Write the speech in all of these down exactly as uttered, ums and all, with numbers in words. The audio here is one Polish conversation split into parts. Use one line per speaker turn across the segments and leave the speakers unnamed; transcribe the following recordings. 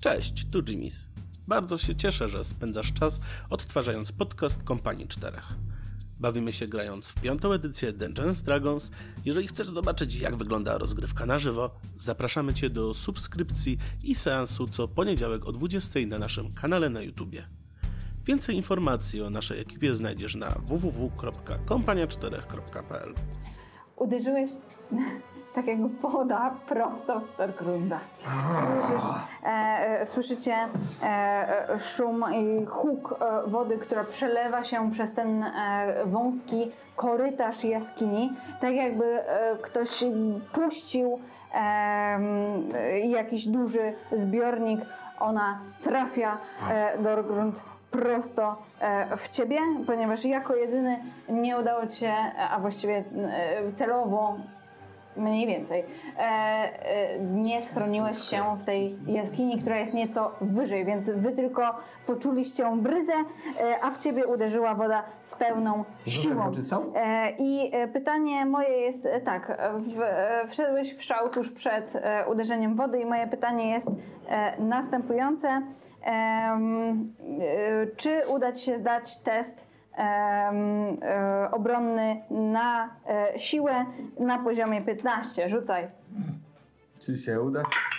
Cześć, tu Jimmy's. Bardzo się cieszę, że spędzasz czas odtwarzając podcast Kompanii Czterech. Bawimy się grając w piątą edycję Dungeons Dragons. Jeżeli chcesz zobaczyć, jak wygląda rozgrywka na żywo, zapraszamy Cię do subskrypcji i seansu co poniedziałek o dwudziestej na naszym kanale na YouTubie. Więcej informacji o naszej ekipie znajdziesz na w w w kropka kompania czterech kropka p l.
Uderzyłeś tak jak woda prosto w Dorgrunda. Słyszysz, e, słyszycie e, szum i huk e, wody, która przelewa się przez ten e, wąski korytarz jaskini. Tak jakby e, ktoś puścił e, jakiś duży zbiornik. Ona trafia e, Dorgrund prosto e, w ciebie, ponieważ jako jedyny nie udało ci się, a właściwie e, celowo mniej więcej, e, e, nie schroniłeś się w tej jaskini, która jest nieco wyżej, więc wy tylko poczuliście bryzę, e, a w ciebie uderzyła woda z pełną siłą. E, I e, pytanie moje jest e, tak, w, e, wszedłeś w szał tuż przed e, uderzeniem wody i moje pytanie jest e, następujące. E, e, czy uda ci się zdać test Um, e, obronny na e, siłę na poziomie piętnaście. Rzucaj.
Czy się uda?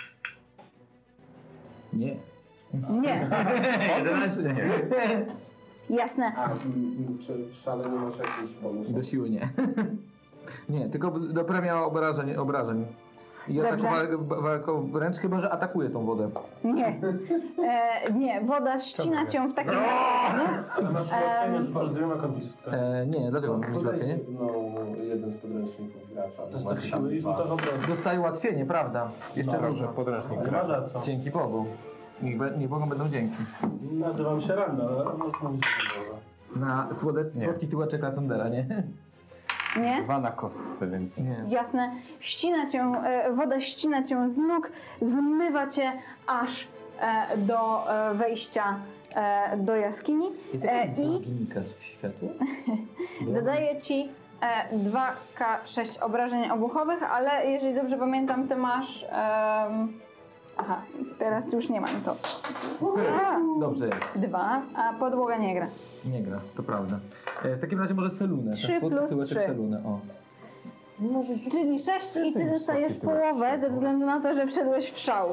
Nie.
Nie.
jedenaście.
Jasne.
A czy w szale nie masz jakichś bonusów?
Do siły nie. Nie, tylko do premia obrażeń. obrażeń. I ja taką walkę, walkę wręcz chyba, że atakuje tą wodę.
Nie. E, nie, woda ścina cię w takim razie.
Ale masz ułatwienie, że masz dwiema konkwistami.
E, nie, dlaczego mieć ułatwienie?
No, jeden z podręczników gracza.
To jest tak siły i rzuta obrażeń.
Dostaje ułatwienie, prawda? Jeszcze
No,
dobrze.
podręcznik gra. za co?
Dzięki Bogu. Niech, be, niech Bogom będą dzięki.
Nazywam się Randall, ale możesz mówić Boże.
Na słode, słodki tyłeczek Latendera, nie?
Nie?
Dwa na kostce, więc
Nie.
Jasne. Ścina cię, e, woda ścina cię z nóg, zmywa cię aż e, do e, wejścia e, do jaskini.
Jest
E,
jakaś
I
ginika z światła?
zadaje ci e, dwa K sześć obrażeń obuchowych, ale jeżeli dobrze pamiętam, ty masz... em, aha, teraz już nie mam to. A,
Dobrze jest.
dwa, a podłoga nie gra.
Nie gra, to prawda. E, w takim razie może Selunę.
Trzy
ten słodki
plus
tyłeczek
trzy.
Selunę, o.
Czyli sześć i ty
niż
dostajesz
słodki tyłek.
połowę ze względu na to, że wszedłeś w szał.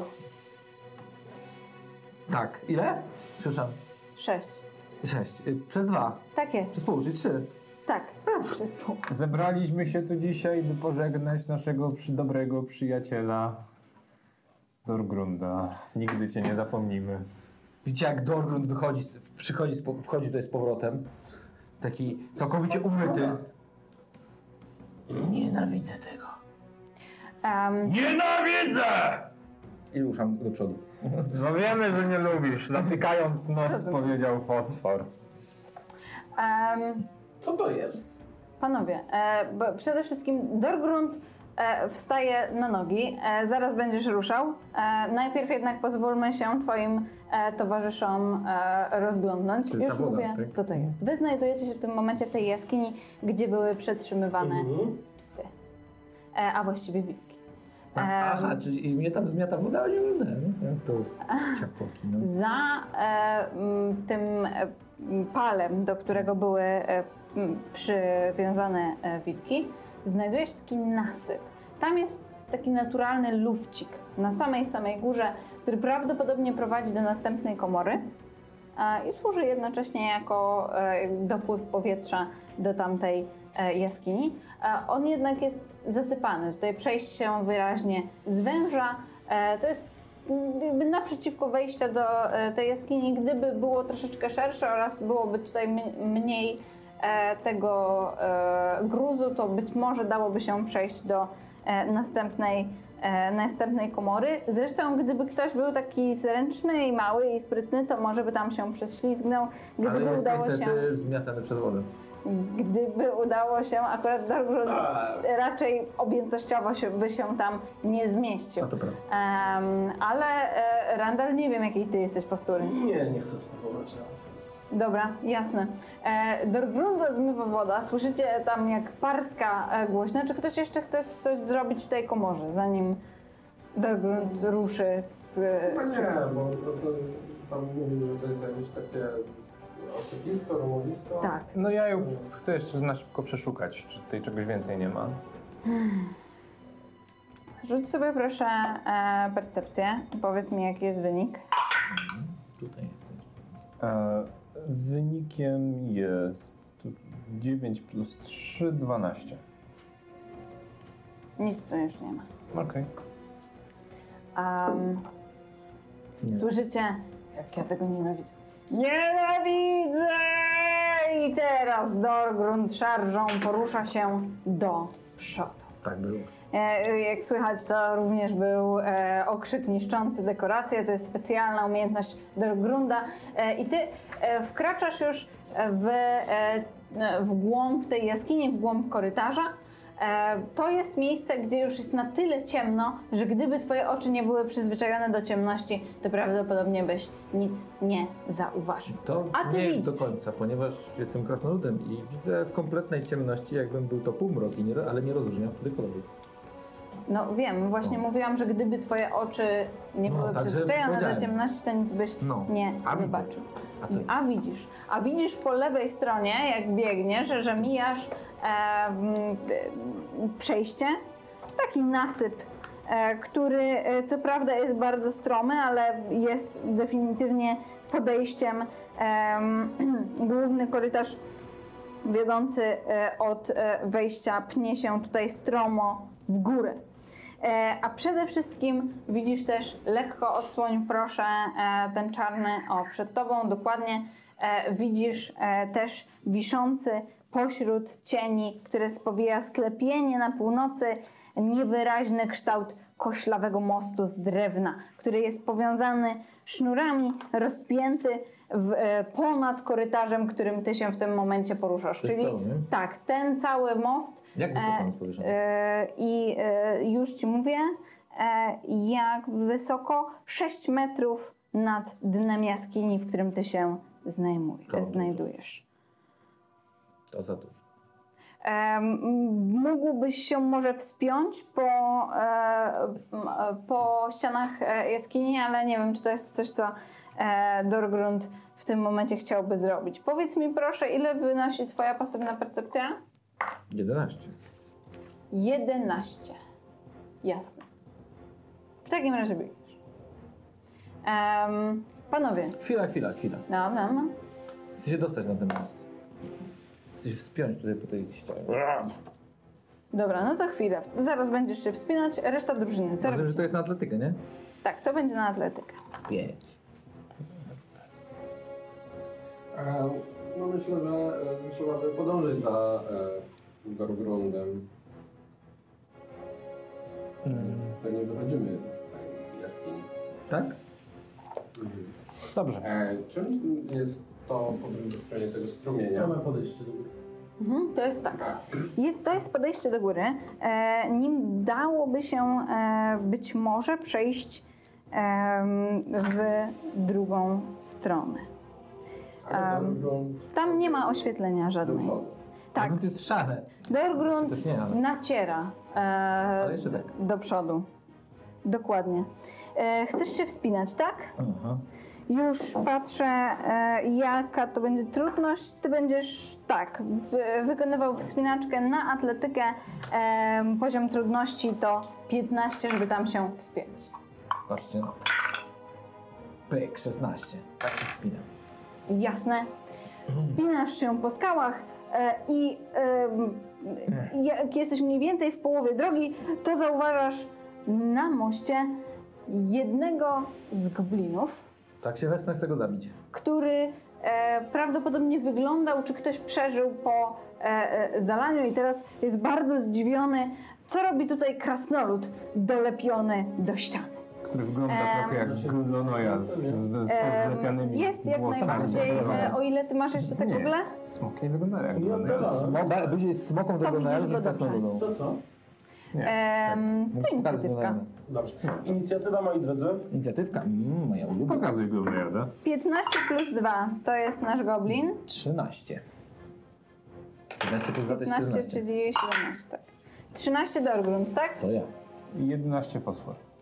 Tak. Ile? Przepraszam.
sześć.
Sześć. Y, przez dwa.
Tak jest.
Przez pół, czyli trzy.
Tak, przez pół.
zebraliśmy się tu dzisiaj, by pożegnać naszego przy, dobrego przyjaciela Dorgrunda. Nigdy cię nie zapomnimy.
Widzicie, jak Dorgrund wychodzi, z- przychodzi, z po- wchodzi tutaj z powrotem. Taki całkowicie umyty. Nienawidzę tego.
Um,
Nienawidzę!
I ruszam do przodu.
No wiemy, że nie lubisz. Zatykając nos powiedział fosfor.
um,
Co to jest?
Panowie, e, bo przede wszystkim Dorgrund e, wstaje na nogi, e, zaraz będziesz ruszał. E, najpierw jednak pozwólmy się twoim e, towarzyszom e, rozglądnąć.
Czyli ta
Już
woda,
mówię,
tak?
co to jest. Wy znajdujecie się w tym momencie w tej jaskini, gdzie były przetrzymywane
Mhm.
psy, e, a właściwie wilki.
A, aha, czyli i mnie tam zmiata woda, ale nie oglądałem. nie? Jak to ciapłoki, no.
Za e, m, tym e, m, palem, do którego były e, m, przywiązane e, wilki, znajduje się taki nasyp. Tam jest taki naturalny lufcik na samej samej górze, który prawdopodobnie prowadzi do następnej komory e, i służy jednocześnie jako e, dopływ powietrza do tamtej e, jaskini. E, on jednak jest zasypany. Tutaj przejście się wyraźnie zwęża. E, to jest jakby naprzeciwko wejścia do e, tej jaskini, gdyby było troszeczkę szersze oraz byłoby tutaj m- mniej e, tego e, gruzu, to być może dałoby się przejść do e, następnej, e, następnej komory. Zresztą gdyby ktoś był taki zręczny i mały i sprytny, to może by tam się prześlizgnął,
Ale
gdyby
jest
udało się...
niestety zmiatany przez wodę.
Gdyby udało się, akurat Dorgrund raczej objętościowo się, by się tam nie zmieścił.
A to prawda.
Um, ale e, Randall, nie wiem jakiej ty jesteś postury.
Nie, nie chcę spróbować nawet.
Dobra, jasne. E, Dorgrunda zmywa woda, słyszycie tam jak parska e, głośno. Czy ktoś jeszcze chce coś zrobić w tej komorze, zanim Dorgrund ruszy z z...
No nie, bo to, to, tam mówisz, że to jest jakieś takie osypisko, rumowisko.
Tak.
No ja ją chcę jeszcze na szybko przeszukać, czy tutaj czegoś więcej nie ma.
Rzuć sobie proszę e, percepcję. Powiedz mi, jaki jest wynik.
Tutaj jesteś.
E, wynikiem jest tu dziewięć plus trzy, dwanaście.
Nic tu już nie ma.
Okej.
Um, słyszycie, jak ja tego nienawidzę. Nienawidzę! I teraz Dorgrund szarżą porusza się do przodu.
Tak było.
E, jak słychać, to również był e, okrzyk niszczący dekoracje. To jest specjalna umiejętność Dorgrunda. E, I ty e, wkraczasz już w, e, w głąb tej jaskini, w głąb korytarza. E, to jest miejsce, gdzie już jest na tyle ciemno, że gdyby twoje oczy nie były przyzwyczajone do ciemności, to prawdopodobnie byś nic nie zauważył.
To
A ty
nie
widzisz.
do końca, ponieważ jestem krasnoludem i widzę w kompletnej ciemności, jakbym był to półmrok, i nie, ale nie rozróżniam wtedy kolorów.
No wiem, właśnie
No.
mówiłam, że gdyby twoje oczy nie
No,
były
także
przyzwyczajone do
powiedziałem.
ciemności, to nic byś
No.
nie
A widzę.
zobaczył.
A co?
A widzisz. A widzisz po lewej stronie, jak biegniesz, że, że mijasz e, m, e, przejście, taki nasyp, e, który e, co prawda jest bardzo stromy, ale jest definitywnie podejściem. E, m, główny korytarz wiodący e, od e, wejścia pnie się tutaj stromo w górę. E, a przede wszystkim widzisz też, lekko odsłoń proszę e, ten czarny, o przed tobą dokładnie, e, widzisz e, też wiszący pośród cieni, które spowija sklepienie na północy, niewyraźny kształt koślawego mostu z drewna, który jest powiązany sznurami, rozpięty w, e, ponad korytarzem, którym ty się w tym momencie poruszasz.
To jest
Czyli
to, nie?
tak, ten cały most.
Jak wysoko on jest powieszony?
E, I e, już ci mówię, e, jak wysoko sześć metrów nad dnem jaskini, w którym ty się znajmuj,
To dużo.
znajdujesz.
To za dużo.
E, m, mógłbyś się może wspiąć po, e, m, e, po ścianach e, jaskini, ale nie wiem, czy to jest coś, co e, Dorgrund w tym momencie chciałby zrobić. Powiedz mi proszę, ile wynosi twoja pasywna percepcja?
jedenaście.
jedenaście. Jasne. W takim razie biegniesz. Um, panowie.
Chwila, chwila, chwila.
No, no, no.
Chcę się dostać na ten most. Chcę się wspiąć tutaj po tej ścianie.
Dobra, no to chwilę. Zaraz będziesz się wspinać. Reszta drużyny. Co
Rozumiem, że
robicie?
to jest na atletykę, nie?
Tak, to będzie na atletykę.
Spięć.
E, no myślę, że e, trzeba by podążyć za e, Dorgrundem. Więc pewnie wychodzimy z tej jaskini.
Tak?
Dobrze.
E, czym jest to po drugiej stronie tego strumienia?
Mamy podejście do góry.
Mhm, to jest tak.
Tak.
Jest, to jest podejście do góry. E, nim dałoby się e, być może przejść em, w drugą stronę.
Ale
Em,
Dorgrund
Tam nie ma oświetlenia
do
żadnego.
przodu.
Tak.
No to jest szare.
Dorgrund
Też nie, ale-
naciera e,
jeszcze tak.
do przodu. Dokładnie. E, chcesz się wspinać, tak?
Aha.
Już patrzę, e, jaka to będzie trudność. Ty będziesz, tak, wy, wykonywał wspinaczkę na atletykę. E, poziom trudności to piętnaście, żeby tam się wspiąć.
Patrzcie na to. Pyk, szesnaście. Tak się wspinam.
Jasne. Wspinasz się po skałach e, i e, jak jesteś mniej więcej w połowie drogi, to zauważasz na moście jednego z goblinów,
Tak się wezmę, chcę go zabić.
który e, prawdopodobnie wyglądał, czy ktoś przeżył po e, e, zalaniu i teraz jest bardzo zdziwiony, co robi tutaj krasnolud dolepiony do ściany.
Który wygląda
Em,
trochę jak Glonoja z, z, z
Em,
pozlepianymi
jest jak
włosami.
najbardziej, e, o ile ty masz jeszcze tak w
Nie.
ogóle?
Smoki nie wyglądają jak
Nie
Glonoja.
oddalałem.
Smoka, bliżej smoką
To
tego
widzisz
należy
go
niż
dobrze.
krasnoludą.
To co?
Nie.
Em,
Mógł
to
pokazać
inicjatywka.
go na-
Dobrze. Inicjatywa, moi drodzy.
Inicjatywka? Mm, moja ulubiona.
Pokazuj Glonoja.
piętnaście plus dwa to jest nasz goblin.
trzynaście. piętnaście plus dwa to jest
piętnaście,
siedemnaście.
czyli siedemnaście, tak. trzynaście Dorgrund, tak?
To ja.
I jedenaście fosfor.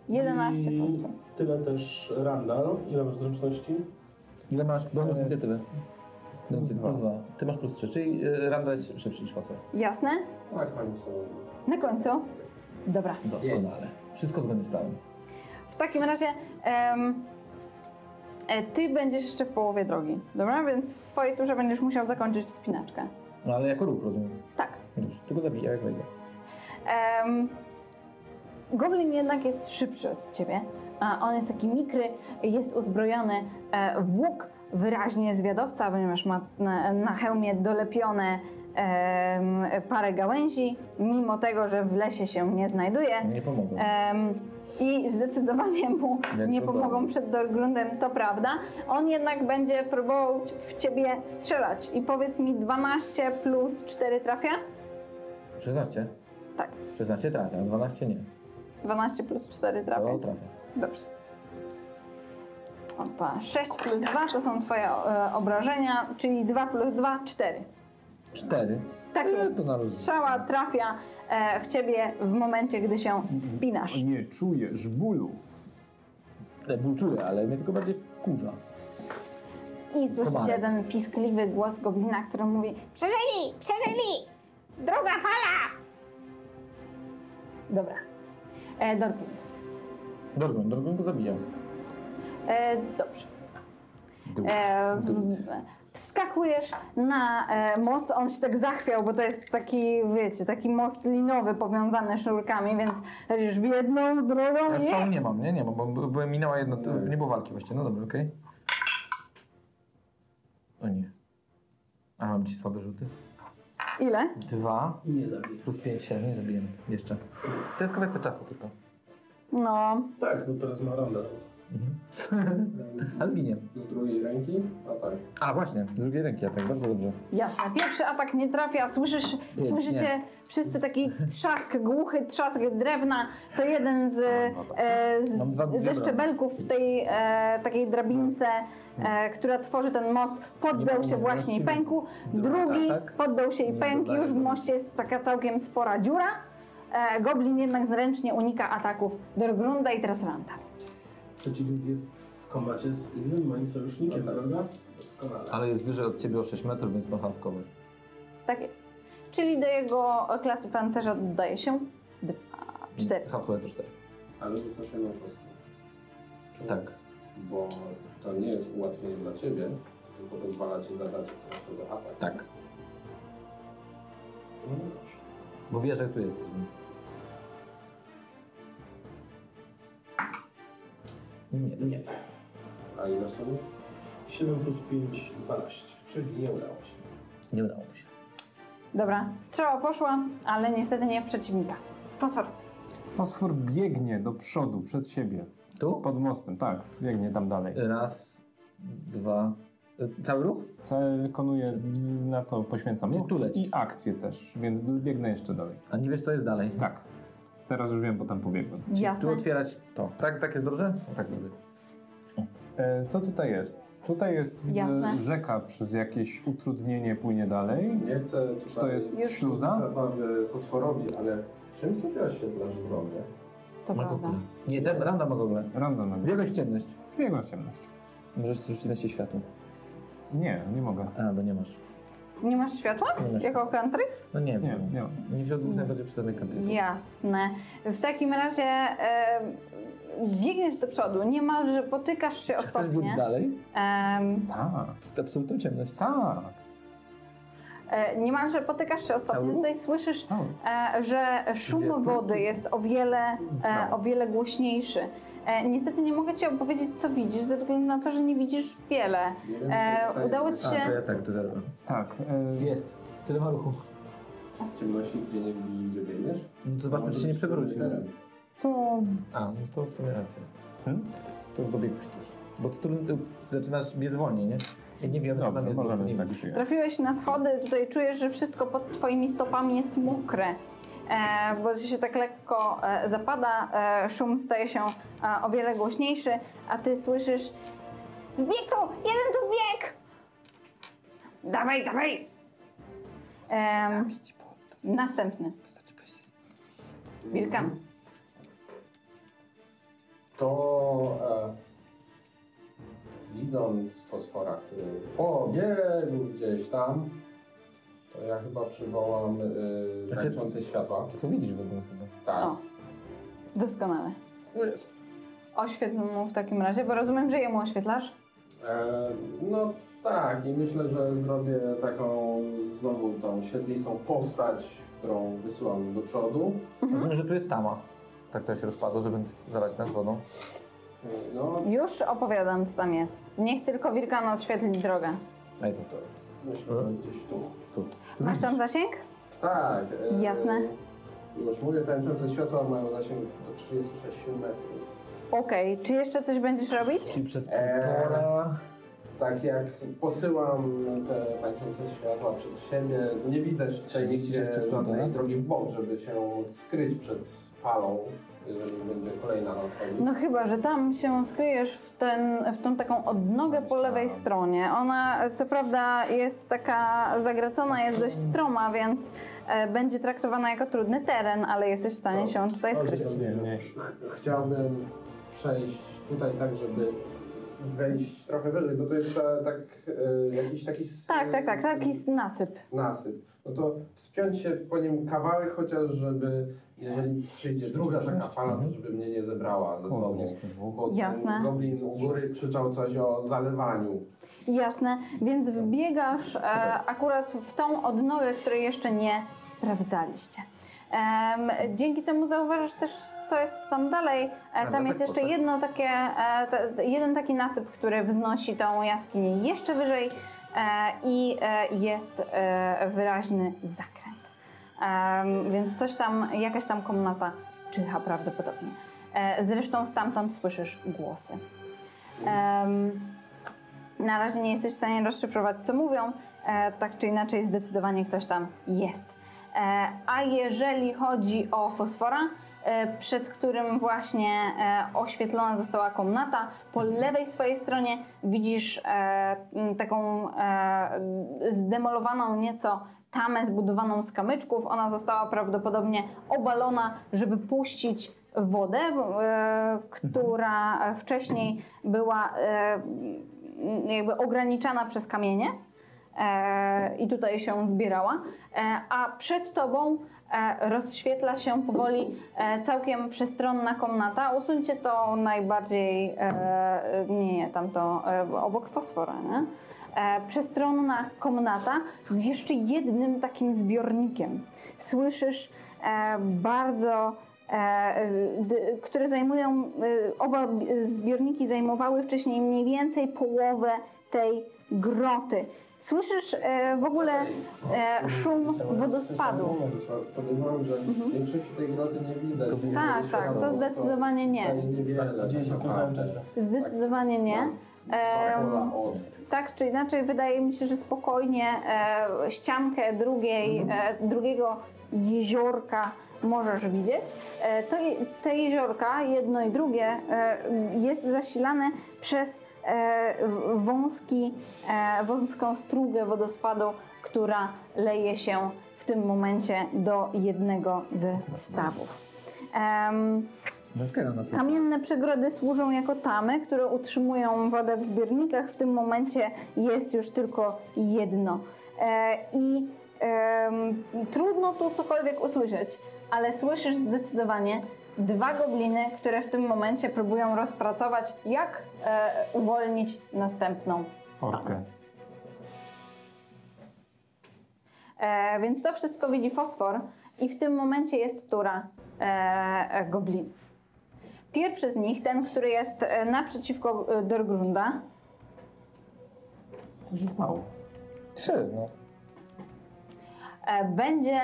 jedenaście
I
fosfor.
tyle też Randall. Ile masz zręczności?
Ile masz bonus
E,
inicjatywy?
plus
Plus
dwa.
dwa. Ty masz plus trzy, czyli y, Randa jest szybszy niż Fosfor.
Jasne?
Na końcu.
Na końcu? Dobra.
Doskonale. Wszystko zgodnie z prawem.
W takim razie em, e, ty będziesz jeszcze w połowie drogi, dobra? Więc w swojej turze będziesz musiał zakończyć wspinaczkę.
No ale jako ruch, rozumiem.
Tak.
Już, ty go zabija, jak wejdę.
Em, Goblin jednak jest szybszy od ciebie. A on jest taki mikry, jest uzbrojony e, w łuk, wyraźnie zwiadowca, ponieważ ma na, na hełmie dolepione em, parę gałęzi, mimo tego, że w lesie się nie znajduje.
Nie pomogło.
Em, I zdecydowanie mu
Jak
nie
to
pomogą
dobrze.
przed Dorgrundem, to prawda. On jednak będzie próbował w ciebie strzelać. I powiedz mi, dwanaście plus cztery trafia?
szesnaście?
Tak.
szesnaście trafia, a dwanaście nie.
dwanaście plus cztery trafia.
To trafia.
Dobrze. Opa, sześć plus dwa to są twoje e, obrażenia, czyli dwa plus dwa, cztery.
cztery.
Tak
E,
jest.
to na roz-
Strzała trafia e, w ciebie w momencie, gdy się wspinasz.
Nie czujesz bólu.
Ja ból czuję, ale mnie tylko bardziej wkurza.
I słyszycie
Komarek.
ten piskliwy głos goblina, który mówi: Przeżyli! Przeżyli! Druga fala! Dobra. E, Dorgrund.
Dorgon, Dorgon go zabija.
E, dobrze.
Dół.
E, w- wskakujesz na e, most, on się tak zachwiał, bo to jest taki, wiecie, taki most linowy powiązany sznurkami, więc już w jedną, w drugą
Ja
i...
strzału nie mam, nie? Nie mam, bo bo- bo minęła jedno, nie było walki właściwie. No dobra, okej. O nie. A mam ci słabe rzuty.
Ile?
Dwa
Nie zabiję.
plus pięć, siedem, nie zabijemy. Jeszcze. To jest kwestia czasu tylko.
No,
Tak, bo teraz ma Randall.
Ale zginie.
Z drugiej ręki? A tak.
A właśnie, z drugiej ręki, a tak, bardzo dobrze.
jasne. Pierwszy atak nie trafia, słyszysz,
Nie,
słyszycie
nie.
wszyscy taki trzask, głuchy trzask drewna. To jeden z, e, z,
Mam dwa
ze
zebra.
szczebelków w tej e, takiej drabince, e, która tworzy ten most, poddał
Nie
się
ma
właśnie i
możliwości,
pękł.
więc-
Drugi
tak?
poddał się i
Nie
pękł.
dodaję
Już w
tego.
moście jest taka całkiem spora dziura. E, Goblin jednak zręcznie unika ataków Dorgrunda i teraz Randa.
Przeciwnik jest w kombacie z innym moim sojusznikiem,
Tak.
prawda? Doskonale.
Ale jest wyżej od ciebie o sześć metrów, więc ma half cover.
Tak jest. Czyli do jego klasy pancerza dodaje się dwa, cztery.
Half cover to cztery.
Ale rzucasz jedną kostkę. Czemu?
Tak.
Bo to nie jest ułatwienie dla ciebie, tylko pozwala ci zadać dodatkowy atak.
Tak.
No dobrze.
Bo wie, że tu jesteś, więc... Nie, to nie.
A ile są?
siedem plus pięć, dwanaście, czyli nie udało się.
Nie udało mi się.
Dobra, strzała poszła, ale niestety nie w przeciwnika. Fosfor.
Fosfor biegnie do przodu, przed siebie.
Tu?
Pod mostem, tak. Biegnie tam dalej.
Raz, dwa... y, Cały ruch?
Całe wykonuje, na to poświęcam
Czy
ruch
tu lecisz?
i akcję też, więc biegnę jeszcze dalej.
A nie wiesz, co jest dalej?
Tak. Teraz już wiem, bo tam pobiegłem.
Jasne.
Tu otwierać to. Tak, tak jest dobrze? No, tak dobrze.
E, co tutaj jest? Tutaj jest, widzę,
Jasne.
rzeka przez jakieś utrudnienie płynie dalej.
Nie chcę tutaj
Czy to jest
Już.
śluza?
zabawy fosforowi, ale czym sobie oświetlasz drogę?
To
Ma
prawda.
gogle. Nie, ten Randa ma gogle.
Randa na
Biegłeś w ciemność.
Biegłem w ciemność.
Możesz rzucić na się światło.
Nie, nie mogę.
A, bo nie masz.
Nie masz światła?
Nie masz.
Jako country?
No nie
Nie,
wiem.
nie mam.
Nie wziął dwóch najbardziej przydatnych kantyków.
Jasne. W takim razie e, biegniesz do przodu, niemalże potykasz się o
Czy chcesz
stopnie.
biec dalej?
Em,
Tak,
W absolutną ciemność.
tak.
e, niemalże potykasz się o stopnie.
Cały?
Tutaj słyszysz,
Cały.
e, że szum
Gdzie? Tu?
wody jest o wiele, e,
Prawo.
o wiele głośniejszy. E, niestety nie mogę ci opowiedzieć, co widzisz, ze względu na to, że nie widzisz wiele.
Nie wiem,
E,
czy jest
udało ci
science
się-
A, to ja tak, to teraz.
Tak. E,
Jest. Tyle ma ruchu.
w ciemności, gdzie nie widzisz, gdzie biegniesz?
No to zobaczmy, czy się nie przewrócił.
Tu
A, no to w sumie racja.
Hmm?
To jest dobiegłeś już. Bo to trudno, zaczynasz biec wolniej, nie? Ja nie wiem, co tam
Dobrze,
jest, bo to
możemy
nie
tak
widzisz.
przyjąć.
trafiłeś na schody, tutaj czujesz, że wszystko pod twoimi stopami jest mokre. E, bo się tak lekko e, zapada, e, szum staje się e, o wiele głośniejszy, a ty słyszysz: wbieg tu! Jeden tu wbieg! Dawaj, dawaj! Em, następny. Wilkan.
to e, widząc fosfora, który pobiegł gdzieś tam, to ja chyba przywołam e, tańczące światła.
Ty to widzisz w ogóle chyba.
Tak.
O, doskonale. Oświetl mu w takim razie, bo rozumiem, że jemu oświetlasz.
E, no tak, i myślę, że zrobię taką znowu tą świetlistą postać, którą wysyłam do przodu.
Rozumiem, że tu jest tama. Tak to się rozpadło, żeby zalać nas wodą.
No,
Już opowiadam, co tam jest. Niech tylko Wirkan oświetli drogę.
Ej, to.
to myślę, że gdzieś tu.
Tu.
Masz tam zasięg?
Tak. E,
Jasne.
Już mówię, tańczące światła mają zasięg do trzydziestu sześciu metrów.
Okej, czy jeszcze coś będziesz robić?
Czyli przez
Eee.
półtora...
Tak jak posyłam te tańczące światła przed siebie, nie widać tutaj nigdzie
przez
żadnej
półtora?
drogi w bok, żeby się skryć przed falą, jeżeli będzie kolejna nadchodzić.
No chyba, że tam się skryjesz w, ten, w tą taką odnogę po lewej stronie. Ona co prawda jest taka zagracona, jest dość stroma, więc e, będzie traktowana jako trudny teren, ale jesteś w stanie się tutaj skryć.
Ch- Chciałbym przejść tutaj tak, żeby wejść trochę wyżej, bo to jest ta, tak, e, jakiś taki s-
Tak, tak, tak, taki nasyp.
nasyp. No to wspiąć się po nim kawałek, chociaż żeby, jeżeli przyjdzie druga taka fala, to żeby mnie nie zebrała ze sobą. Bo ten
Jasne.
goblin u góry krzyczał coś o zalewaniu.
Jasne, więc wbiegasz e, akurat w tą odnogę, której jeszcze nie sprawdzaliście. Em, dzięki temu zauważasz też, co jest tam dalej. E, tam jest jeszcze jedno takie, e, te, jeden taki nasyp, który wznosi tą jaskinię jeszcze wyżej e, i e, jest e, wyraźny zakręt. Em, więc coś tam, jakaś tam komnata czyha prawdopodobnie. E, zresztą stamtąd słyszysz głosy. Em, Na razie nie jesteś w stanie rozszyfrować, co mówią, e, tak czy inaczej zdecydowanie ktoś tam jest. E, a jeżeli chodzi o fosfora, e, przed którym właśnie e, oświetlona została komnata, po lewej swojej stronie widzisz e, m, taką e, zdemolowaną nieco tamę zbudowaną z kamyczków. Ona została prawdopodobnie obalona, żeby puścić wodę, e, która wcześniej była e, jakby ograniczana przez kamienie e, i tutaj się zbierała, e, a przed tobą e, rozświetla się powoli e, całkiem przestronna komnata. Usuńcie to najbardziej, e, nie, nie, tamto e, obok fosfora, nie? E, przestronna komnata z jeszcze jednym takim zbiornikiem. Słyszysz e, bardzo E, d, które zajmują, e, oba zbiorniki zajmowały wcześniej mniej więcej połowę tej groty. Słyszysz e, w ogóle e, szum wodospadu.
Podejrzewam, że większości tej groty nie widać.
Tak, tak, to zdecydowanie nie.
Niewiele.
Dzieje się w tym samym czasie.
Zdecydowanie nie. Em, tak czy inaczej, wydaje mi się, że spokojnie e, ściankę drugiej, e, drugiego jeziorka możesz widzieć. E, to, je- te jeziorka, jedno i drugie, e, jest zasilane przez e, wąski, e, wąską strugę wodospadu, która leje się w tym momencie do jednego ze stawów. Em, Kamienne przegrody służą jako tamy, które utrzymują wodę w zbiornikach. W tym momencie jest już tylko jedno. E, I em, trudno tu cokolwiek usłyszeć, ale słyszysz zdecydowanie dwa gobliny, które w tym momencie próbują rozpracować, jak e, uwolnić następną stamę.
Orkę.
E, więc to wszystko widzi fosfor i w tym momencie jest tura e, goblinów. Pierwszy z nich, ten, który jest e, naprzeciwko e, Dorgrunda,
Coś ich mało.
Trzy, no.
e, będzie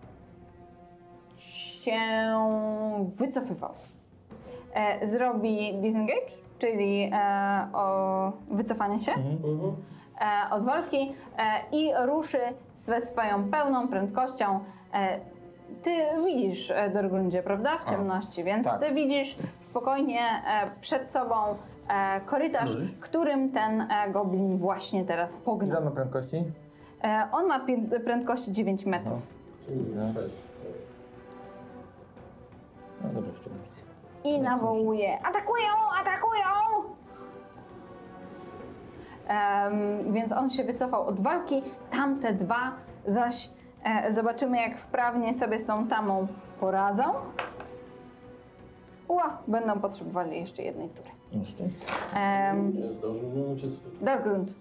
się wycofywał. E, zrobi disengage, czyli e, o wycofanie się e, od walki e, i ruszy ze swoją pełną prędkością. E, ty widzisz e, Dorgrundzie, prawda? W ciemności, więc
tak.
ty widzisz spokojnie e, przed sobą e, korytarz, którym ten e, goblin właśnie teraz
Ile
pognał.
ma prędkości?
E, on ma pię- prędkość dziewięć metrów.
Czyli sześć.
No dobrze, jeszcze widzę.
i nawołuje: atakują, atakują! Um, więc on się wycofał od walki, tamte dwa zaś e, zobaczymy, jak wprawnie sobie z tą tamą poradzą. Ła, będą potrzebowali jeszcze jednej tury.
Jeszcze?
Um,
Nie zdążyłbym uciec.
Dorgrund.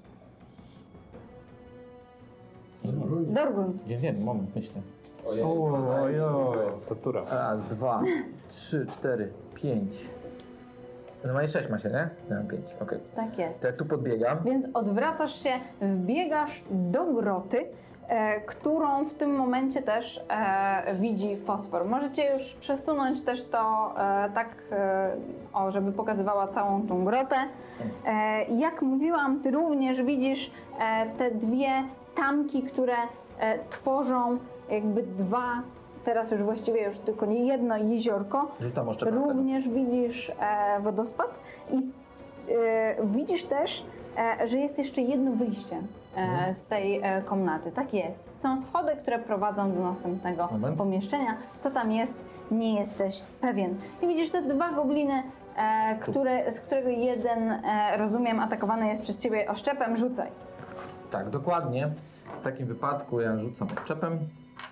Dorgrund.
Wiem, wiem, moment, myślę.
Ojej,
Ojoj, to tura.
Raz, dwa, trzy, cztery, pięć. Normalnie sześć ma się, nie? No, pięć, okej.
Tak jest.
To ja tu podbiegam.
Więc odwracasz się, wbiegasz do groty, e, którą w tym momencie też e, widzi fosfor. Możecie już przesunąć też to e, tak, e, o, żeby pokazywała całą tą grotę. E, jak mówiłam, ty również widzisz e, te dwie tamki, które e, tworzą jakby dwa, teraz już właściwie już tylko nie jedno jeziorko.
Rzucam oszczepem
Również widzisz e, wodospad i e, widzisz też, e, że jest jeszcze jedno wyjście e, z tej e, komnaty. Tak jest. Są schody, które prowadzą do następnego
Moment.
pomieszczenia. Co tam jest, nie jesteś pewien. I widzisz te dwa gobliny, e, które, z którego jeden, e, rozumiem, atakowany jest przez ciebie oszczepem. Rzucaj.
Tak, dokładnie. W takim wypadku ja rzucam oszczepem.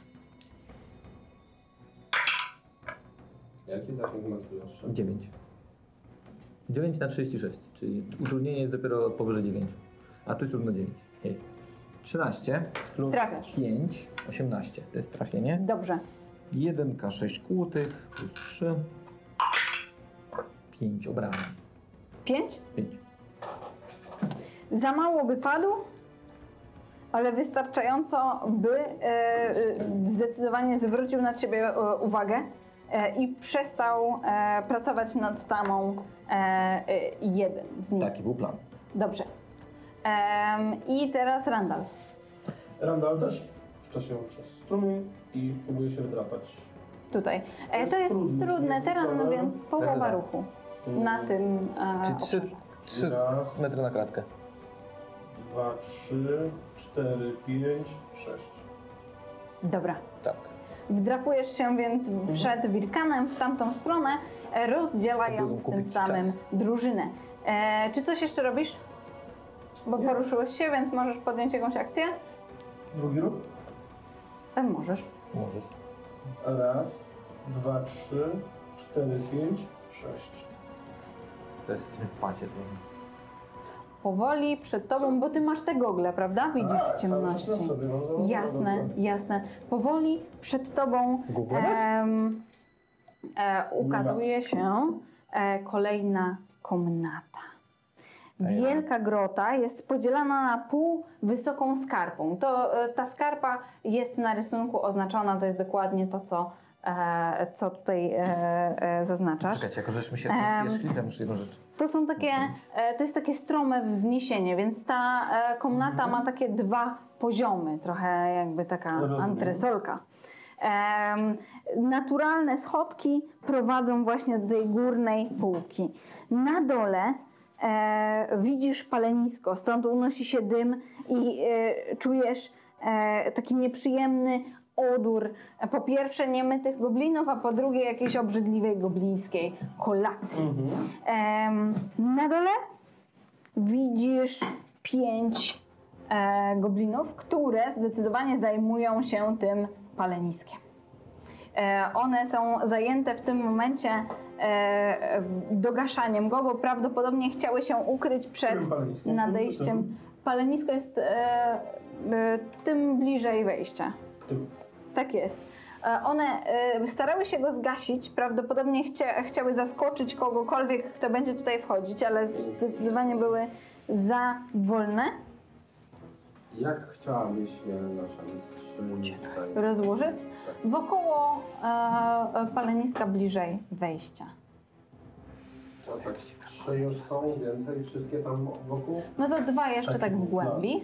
Jaki zasięg ma twój oszczep?
dziewięć. dziewięć na trzydzieści sześć, czyli utrudnienie jest dopiero od powyżej dziewięć. A tu jest równo dziewięć. Hej. trzynaście plus
Trafiasz.
pięć, osiemnaście. To jest trafienie.
Dobrze.
jeden K sześć kłutych plus trzy. pięć obrażeń.
Pięć?
pięć.
Za mało by padł, ale wystarczająco, by e, e, zdecydowanie zwrócił na ciebie e, uwagę e, i przestał e, pracować nad tamą e, e, jeden z nich.
Taki był plan.
Dobrze. Em, I teraz Randall.
Randall też puszcza się przez strumień i próbuje się wydrapać.
Tutaj. E,
jest
to jest
trudne,
trudne
jest
teren,
wliczone.
więc połowa
Zdecydowanie.
ruchu na tym e,
Czyli trzy,
obszarze.
trzy
Raz.
metry na klatkę.
Dwa, trzy, cztery, pięć, sześć.
Dobra.
Tak.
Wdrapujesz się więc przed Wirkanem w tamtą stronę, e, rozdzielając
Próbuję
tym
kupić
samym
czas.
drużynę. E, czy coś jeszcze robisz? Bo
Nie.
poruszyłeś się, więc możesz podjąć jakąś akcję?
Drugi ruch.
E, możesz.
Możesz.
Raz, dwa, trzy, cztery, pięć, sześć.
To jest w pacie trochę.
Powoli przed tobą, bo ty masz te gogle, prawda? Widzisz
Tak,
w ciemności.
cały czas na sobie mam założone
Jasne,
gogle.
jasne. Powoli przed tobą
Google
em, e, ukazuje się e, kolejna komnata. Wielka grota jest podzielona na pół wysoką skarpą. To, e, ta skarpa jest na rysunku oznaczona, to jest dokładnie to, co, e, co tutaj e, e, zaznaczasz.
Czekajcie, jako żeśmy się
Em,
spieszli, to muszę jedną rzecz.
To są takie, e, to jest takie strome wzniesienie, więc ta e, komnata ma takie dwa poziomy, trochę jakby taka
Rozumiem.
antresolka. Em, naturalne schodki prowadzą właśnie do tej górnej półki. Na dole e, widzisz palenisko, stąd unosi się dym i e, czujesz e, taki nieprzyjemny odór, e, po pierwsze niemytych goblinów, a po drugie jakiejś obrzydliwej goblińskiej kolacji. Em, na dole widzisz pięć e, goblinów, które zdecydowanie zajmują się tym paleniskiem. E, one są zajęte w tym momencie e, dogaszaniem go, bo prawdopodobnie chciały się ukryć przed
Którym paleniskiem?
nadejściem.
Tym
Palenisko jest e, e, tym bliżej wejścia.
Tym.
Tak jest. E, One e, starały się go zgasić, prawdopodobnie chcia, chciały zaskoczyć kogokolwiek, kto będzie tutaj wchodzić, ale zdecydowanie były za wolne.
Jak chciałabyś się nasza mistrzyni tutaj...
Rozłożyć wokoło e, e, paleniska bliżej wejścia.
A tak trzy już są, więcej, wszystkie tam wokół?
No to dwa jeszcze
Taki
tak w
był plan.
głębi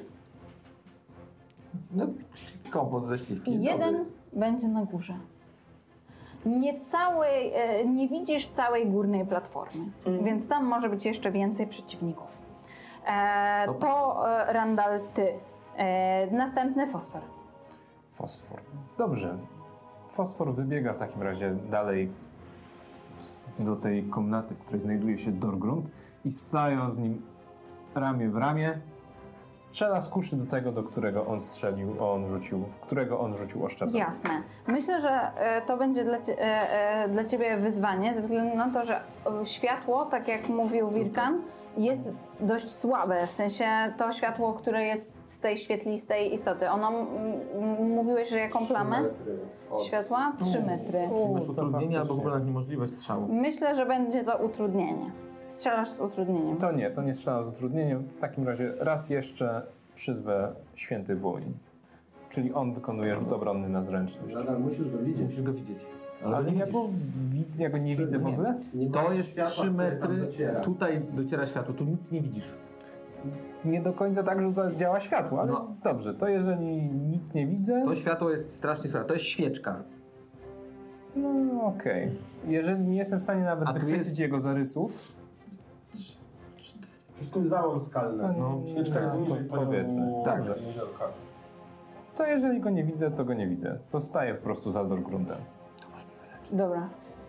No, kompot ze śliwki
i
jest
jeden
dobry.
będzie na górze. Nie całej, e, nie widzisz całej górnej platformy, więc tam może być jeszcze więcej przeciwników. E,
Dobra.
to e, Randall, ty. E, następny fosfor.
Fosfor. Dobrze. Fosfor wybiega w takim razie dalej do tej komnaty, w której znajduje się Dorgrund i stając z nim ramię w ramię, strzela z kuszy do tego, do którego on strzelił, on rzucił, w którego on rzucił oszczepem.
Jasne. Myślę, że e, to będzie dla, cie, e, e, dla Ciebie wyzwanie, ze względu na to, że e, światło, tak jak mówił Wirkan, jest dość słabe. W sensie to światło, które jest z tej świetlistej istoty. Ono, m, m, mówiłeś, że jaką plamę
metry od-
światła? Trzy metry.
Czyli masz
to
utrudnienie albo w
faktycznie.
ogóle niemożliwość strzału.
Myślę, że będzie to utrudnienie. Strzelasz z utrudnieniem.
To nie, to nie strzelam z utrudnieniem. W takim razie raz jeszcze przyzwę święty błoń. Czyli on wykonuje rzut obronny na zręczność.
Nadal musisz go widzieć.
Musisz go widzieć.
Ale
go nie
ja
widzisz.
go, wid- ja go nie widzę w
Nie.
ogóle?
Nie
To
ma
jest
światła,
trzy
które tam
metry,
dociera.
tutaj dociera światło, tu nic nie widzisz.
Nie do końca tak, że działa światło, ale
No.
dobrze, to jeżeli nic nie widzę,
To światło jest strasznie słabe, to jest świeczka.
no okej. Jeżeli nie jestem w stanie nawet
A tu
wychwycić
jest-
jego zarysów,
Wszystko jest załom skalne.
To
No,
nie-
świeczka jest
no,
niżej
po- powiedzmy.
poziomu
Dobrze.
jeziorka.
to jeżeli go nie widzę, to go nie widzę. To staję po prostu za Dorgrundem.
Dobra.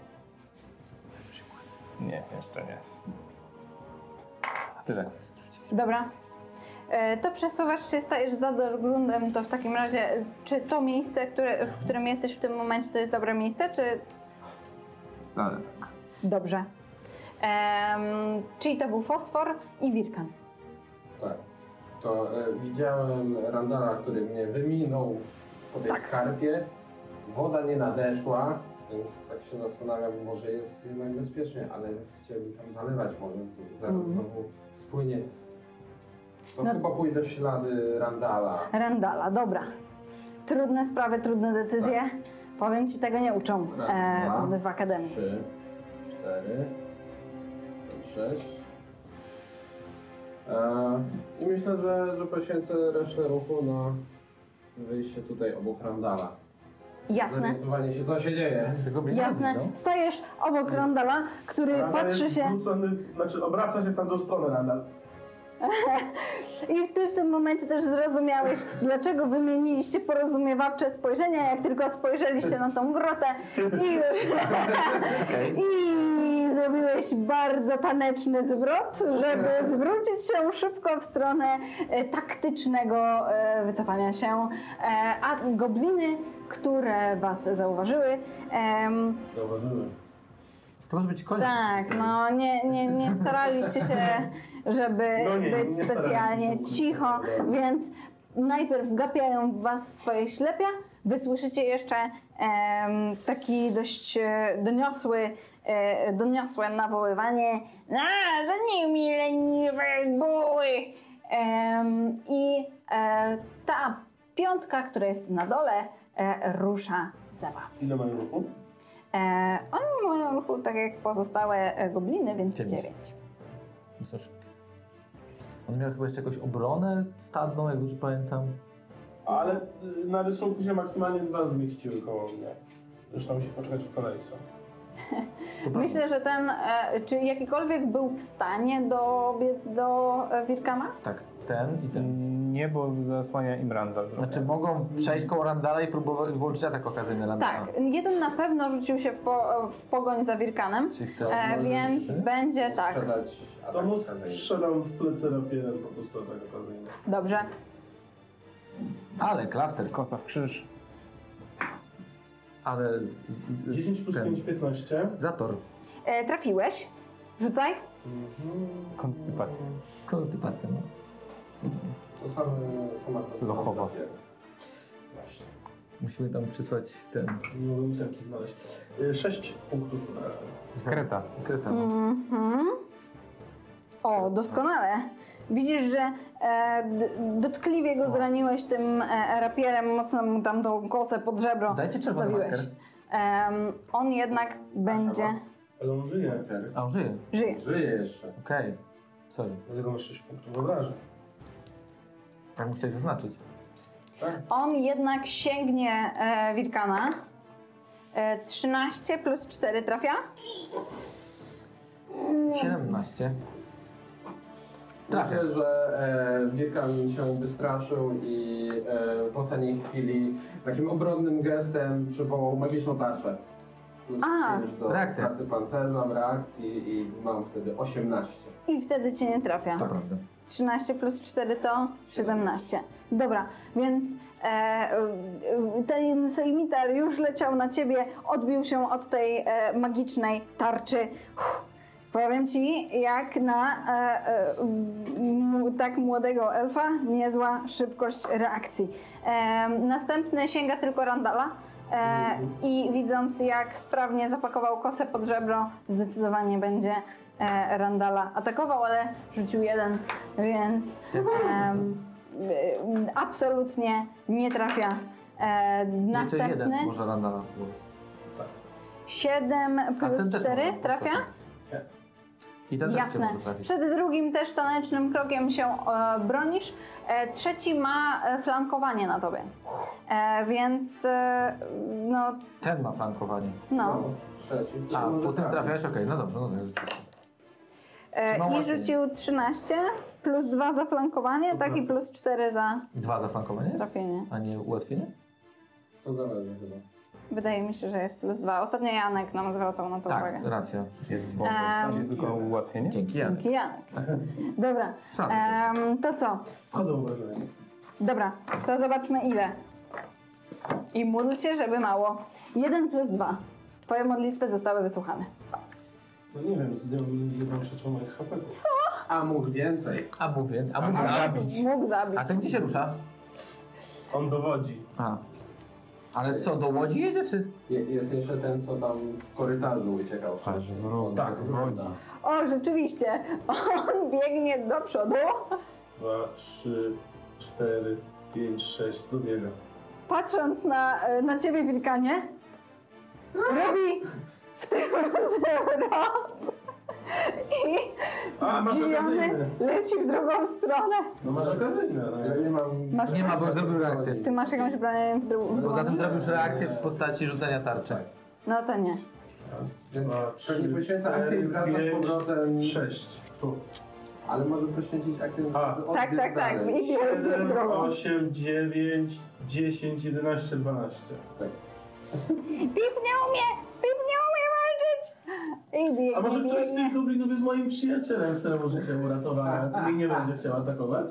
Nie, jeszcze nie. A tyle.
Dobra. E, To przesuwasz się, stajesz za Dorgrundem, to w takim razie, e, czy to miejsce, które, w którym jesteś w tym momencie, to jest dobre miejsce, czy
Stanę tak.
dobrze? Em, czyli to był fosfor i Wirkan.
Tak. To e, widziałem Randala, który mnie wyminął po tej
Tak.
skarpie. Woda nie nadeszła, więc tak się zastanawiam, może jest jednak bezpiecznie, ale chciałbym tam zalewać, może z, zaraz
Mhm.
znowu spłynie. To
No-
chyba pójdę w ślady Randala.
Randala, dobra. Trudne sprawy, trudne decyzje. Powiem ci, tego nie uczą
Raz,
e,
dwa,
w akademii.
Trzy, cztery, pięć, sześć. E, I myślę, że, że poświęcę resztę ruchu na wyjście tutaj obok Randala.
Jasne.
Zorientowanie się, co się dzieje.
Tego mnie nie
Jasne.
widzą.
Stajesz obok Randala, który
Randall
patrzy
jest
się
zwrócony, znaczy obraca się w tamtą stronę Randall.
i ty w tym momencie też zrozumiałeś, dlaczego wymieniliście porozumiewawcze spojrzenia, jak tylko spojrzeliście na tą grotę i już i zrobiłeś bardzo taneczny zwrot, żeby zwrócić się szybko w stronę e, taktycznego e, wycofania się, e, a gobliny, które was zauważyły, em,
Zauważyłem.
To może być koniec.
tak, no nie, nie, nie staraliście się, żeby
No nie,
być
nie staraliśmy
specjalnie
się.
cicho, więc najpierw gapiają w was swoje ślepia, wy słyszycie jeszcze em, taki dość e, doniosły, e, doniosłe nawoływanie a, za nimi leniwe buły. Em, I e, ta piątka, która jest na dole, e, rusza za wami.
Ile mają ruchu?
E, oni mają ruchu tak jak pozostałe e, gobliny, więc
Dziewięć.
dziewięć.
No cóż. On miał chyba jeszcze jakąś obronę stadną, jak dobrze pamiętam.
Ale y, na rysunku się maksymalnie dwa zmieściły koło mnie. Zresztą musi poczekać w kolejce.
To prawda.
Myślę, że ten, e, czy jakikolwiek był w stanie dobiec do e, Wirkana?
Tak, ten i ten.
Nie, bo zasłania im Randall trochę.
Znaczy mogą przejść koło Randala i próbować włączyć atak okazyjny Randala.
Tak, jeden na pewno rzucił się w, po, w pogoń za Wirkanem,
Czy chce?
e,
możesz,
więc
czy?
będzie tak.
Sprzedać
To
atak
mu
okazyjny.
strzelam w plecy rapierem po prostu atak okazyjny.
Dobrze.
Ale klaster,
Kosa w krzyż.
ale z, z,
dziesięć plus
ten,
pięć, piętnaście.
Zator.
E, trafiłeś. Rzucaj.
Konstypacja.
Konstypacja, no.
To same, sama
Lochowa.
papieru.
Właśnie.
Musimy tam przysłać ten...
Nie mogę ósemki znaleźć. Y, Sześć punktów obrażeń.
Kreta.
Kreta. no.
Mhm. O, doskonale. Widzisz, że e, d- dotkliwie go zraniłeś tym e, rapierem, mocno mu tam tą kosę pod żebro
Dajcie czerwony
wstawiłeś.
marker.
Em, on jednak będzie...
Ale on żyje.
A, on żyje.
Żyje.
Żyje jeszcze.
Okej. Sorry.
Dlatego masz sześć punktów obrażeń.
Tak musiałeś zaznaczyć.
On jednak sięgnie e, Wirkana. E, trzynaście plus cztery trafia.
siedemnaście. Trafia.
Myślę, że e, Wirkan się wystraszył i e, w ostatniej chwili takim obronnym gestem przywołał magiczną tarczę. plus
A.
pięć do
Reakcja.
pracy pancerza w reakcji i mam wtedy osiemnaście.
I wtedy cię nie trafia.
To prawda.
trzynaście plus cztery to siedemnaście. Dobra, więc e, e, ten sejmitar już leciał na ciebie, odbił się od tej e, magicznej tarczy. Uff, powiem ci, jak na e, e, m, tak młodego elfa, niezła szybkość reakcji. E, następny sięga tylko Randala. E, I widząc, jak sprawnie zapakował kosę pod żebro, zdecydowanie będzie e, Randala atakował, ale rzucił jeden, więc em, e, absolutnie nie trafia. E,
Jeszcze jeden
następny
może Randala.
siedem
A ten
plus
też
cztery
może
trafia?
I ten też
Jasne.
może trafić.
Przed drugim też tanecznym krokiem się e, bronisz. E, trzeci ma e, flankowanie na tobie. E, więc e, no,
Ten ma flankowanie.
no.
Trzeci, który
A,
może
po tym
trafić.
trafiać? Okej, no dobrze, no dobrze.
E,
Ma
I
łatwiej.
rzucił trzynaście plus dwa za flankowanie, tak i plus cztery za
Dwa za flankowanie jest?
trafienie.
A nie ułatwienie?
To zależy chyba.
Wydaje mi się, że jest plus dwa. Ostatnio Janek nam zwracał na to
Tak,
uwagę.
racja.
Jest w
Em,
zasadzie tylko ułatwienie?
Dzięki Janek.
Dzięki Janek. Dobra,
Sprawdzę.
em, to co?
Wchodzą wrażenie.
Dobra, to zobaczmy ile. I módl się, żeby mało. jeden plus dwa. Twoje modlitwy zostały wysłuchane.
No nie wiem, zdjąłbym jedną trzecią moich H P.
A mógł więcej.
A mógł więc, a mógł zabić.
Mógł zabić.
A ten gdzie się rusza?
On dowodzi.
A. Ale co, do Łodzi jedzie, czy?
Je, jest jeszcze ten, co tam w korytarzu uciekał wcześniej.
wróg,
Tak,
wródzi.
O, rzeczywiście. On biegnie do przodu.
Dwa, trzy, cztery, pięć, sześć, dobiega.
Patrząc na, na ciebie, Wilkanie, robi w tym wzrok i
A, masz
zdziwiony
okazyjny.
leci w drugą stronę.
No masz okazyjne.
Ja
No.
nie mam...
Masz-
Nie ma, bo zrobił reakcję.
Ty masz jakąś bronię w drugą
Poza tym zrobił już reakcję w postaci rzucenia tarczy.
No to nie.
Raz,
Więc
dwa,
pewnie
trzy,
poświęca akcję i
cztery,
wraca z
pięć,
powrotem.
sześć. Tu.
Ale może poświęcić akcję, żeby
A.
odbiec
Tak, tak, tak.
dalej.
I biegnie w
siedem,
drugą.
osiem, dziewięć, dziesięć, jedenaście, dwanaście.
Tak.
Pip nie umie! Pip nie umie walczyć! I biegnie,
A może ktoś z
biegnie.
tych goblinów jest moim przyjacielem, któremu życie uratowałem i nie będzie chciał atakować?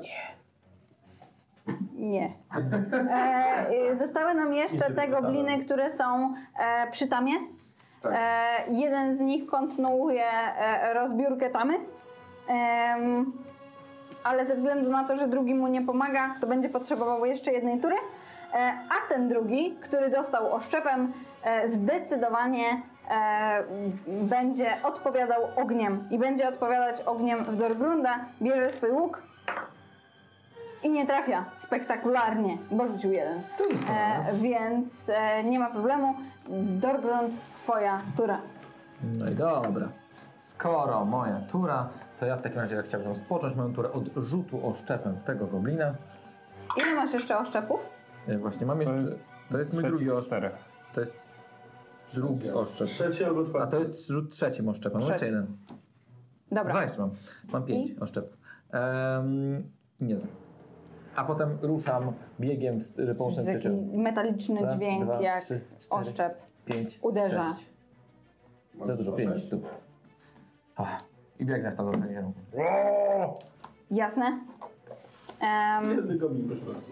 Nie. E, y, zostały nam jeszcze
Jeszcze
te gobliny,
wypytałem.
które są e, przy tamie.
Tak.
E, jeden z nich kontynuuje e, rozbiórkę tamy. Em, ale ze względu na to, że drugi mu nie pomaga, to będzie potrzebował jeszcze jednej tury. E, a ten drugi, który dostał oszczepem, e, zdecydowanie e, będzie odpowiadał ogniem. I będzie odpowiadać ogniem w Dorgrunda. Bierze swój łuk i nie trafia spektakularnie, bo rzucił jeden.
To nic
E, więc e, nie ma problemu. Dorgrund, twoja tura.
No i dobra. Skoro moja tura, to ja w takim razie chciałbym rozpocząć moją turę od rzutu oszczepem w tego goblina.
Ile masz jeszcze oszczepów?
E, Właśnie mam jeszcze... To jest mój
trzeci
drugi
z
oszczep.
czterech.
To jest drugi oszczep.
Trzeci albo
A
czwarty.
to jest rzut trzecim oszczepem. Mam jeszcze
Trzeci.
jeden.
Dobra.
Dwa jeszcze mam. Mam pięć oszczepów. Um, nie. A potem ruszam biegiem w
Taki
pomocą trzecią.
metaliczny
Raz,
dźwięk
dwa,
jak
trzy, cztery,
oszczep.
pięć,
uderza.
sześć. Za dużo, pięć tu. Ach, I biegnę z tamtą trenierą.
Jasne? Em,
Jedny goblin po środku.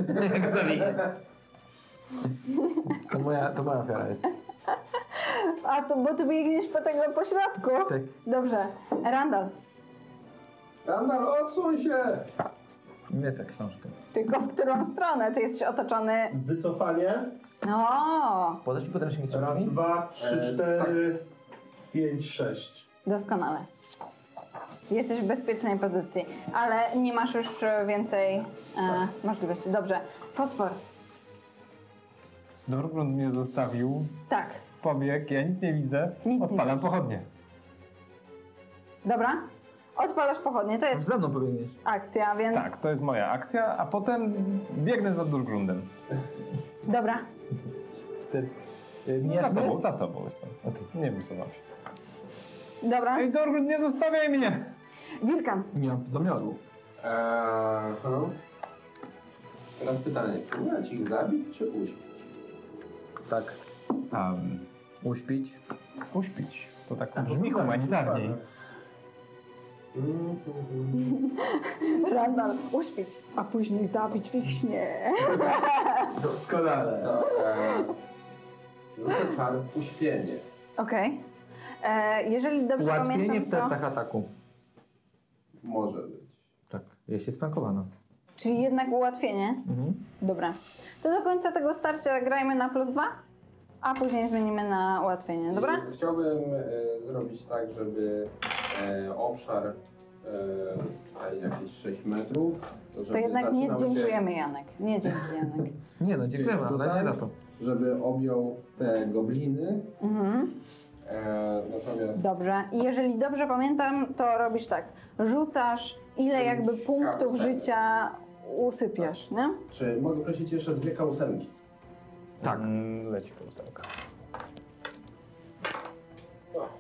To moja, to moja ofiara jest.
a to, bo ty biegniesz po tego pośrodku.
Tak.
Dobrze. Randall,
Randall, odsuń się!
Nie ta książka.
tylko w którą stronę? Ty jesteś otoczony...
Wycofanie.
O,
Podasz mi potem się
Raz,
mistrzami?
dwa, trzy,
E,
cztery, pięć, sześć.
doskonale. Jesteś w bezpiecznej pozycji, ale nie masz już więcej e, możliwości. Dobrze. Fosfor.
Dorgrund mnie zostawił,
Tak.
pobiegł, ja nic nie widzę,
Nic nie
odpalam pochodnie.
Dobra. Odpalasz pochodnie. To jest
Ze mną pobiegniesz.
akcja, więc...
Tak, to jest moja akcja, a potem biegnę za Dorgrundem.
Dobra.
Cztery. Y,
No, za
Mijasz mnie?
tobą, za tobą jestem.
Okej.
Nie wysuwam się.
Dobra.
Ej, Dorgrund, nie zostawiaj mnie!
Wilkan.
Nie mam zamiaru.
Eee, hmm. Teraz pytanie, próbować ich zabić czy uśpić?
Tak.
Um,
Uśpić.
Uśpić. To tak brzmi humanitarniej.
Randall, uśpić, a później zabić w śnie.
Doskonale.
To e, rzucę czar uśpienie.
Okej. E, Jeżeli dobrze
Ułatwienie
pamiętam,
w
to...
testach ataku.
Może być.
Tak, jeśli jest flankowana.
Czyli jednak ułatwienie.
Mhm.
Dobra. To do końca tego starcia grajmy na plus dwa, a później zmienimy na ułatwienie, dobra?
I chciałbym e, zrobić tak, żeby e, obszar e, tutaj jakieś sześć metrów. To,
To
żeby
jednak nie
zaczynał się
dziękujemy, Janek. Nie dzięki, Janek.
Nie no, dziękujemy,
gdzieś
ale
tutaj,
nie za to.
Żeby objął te gobliny.
Mhm.
E, natomiast
Dobrze. I jeżeli dobrze pamiętam, to robisz tak. Rzucasz, ile jakby punktów
Karuselę.
życia usypiasz, nie?
czy mogę prosić jeszcze dwie kausemki?
Tak.
Mm, leci kołsełka.
O.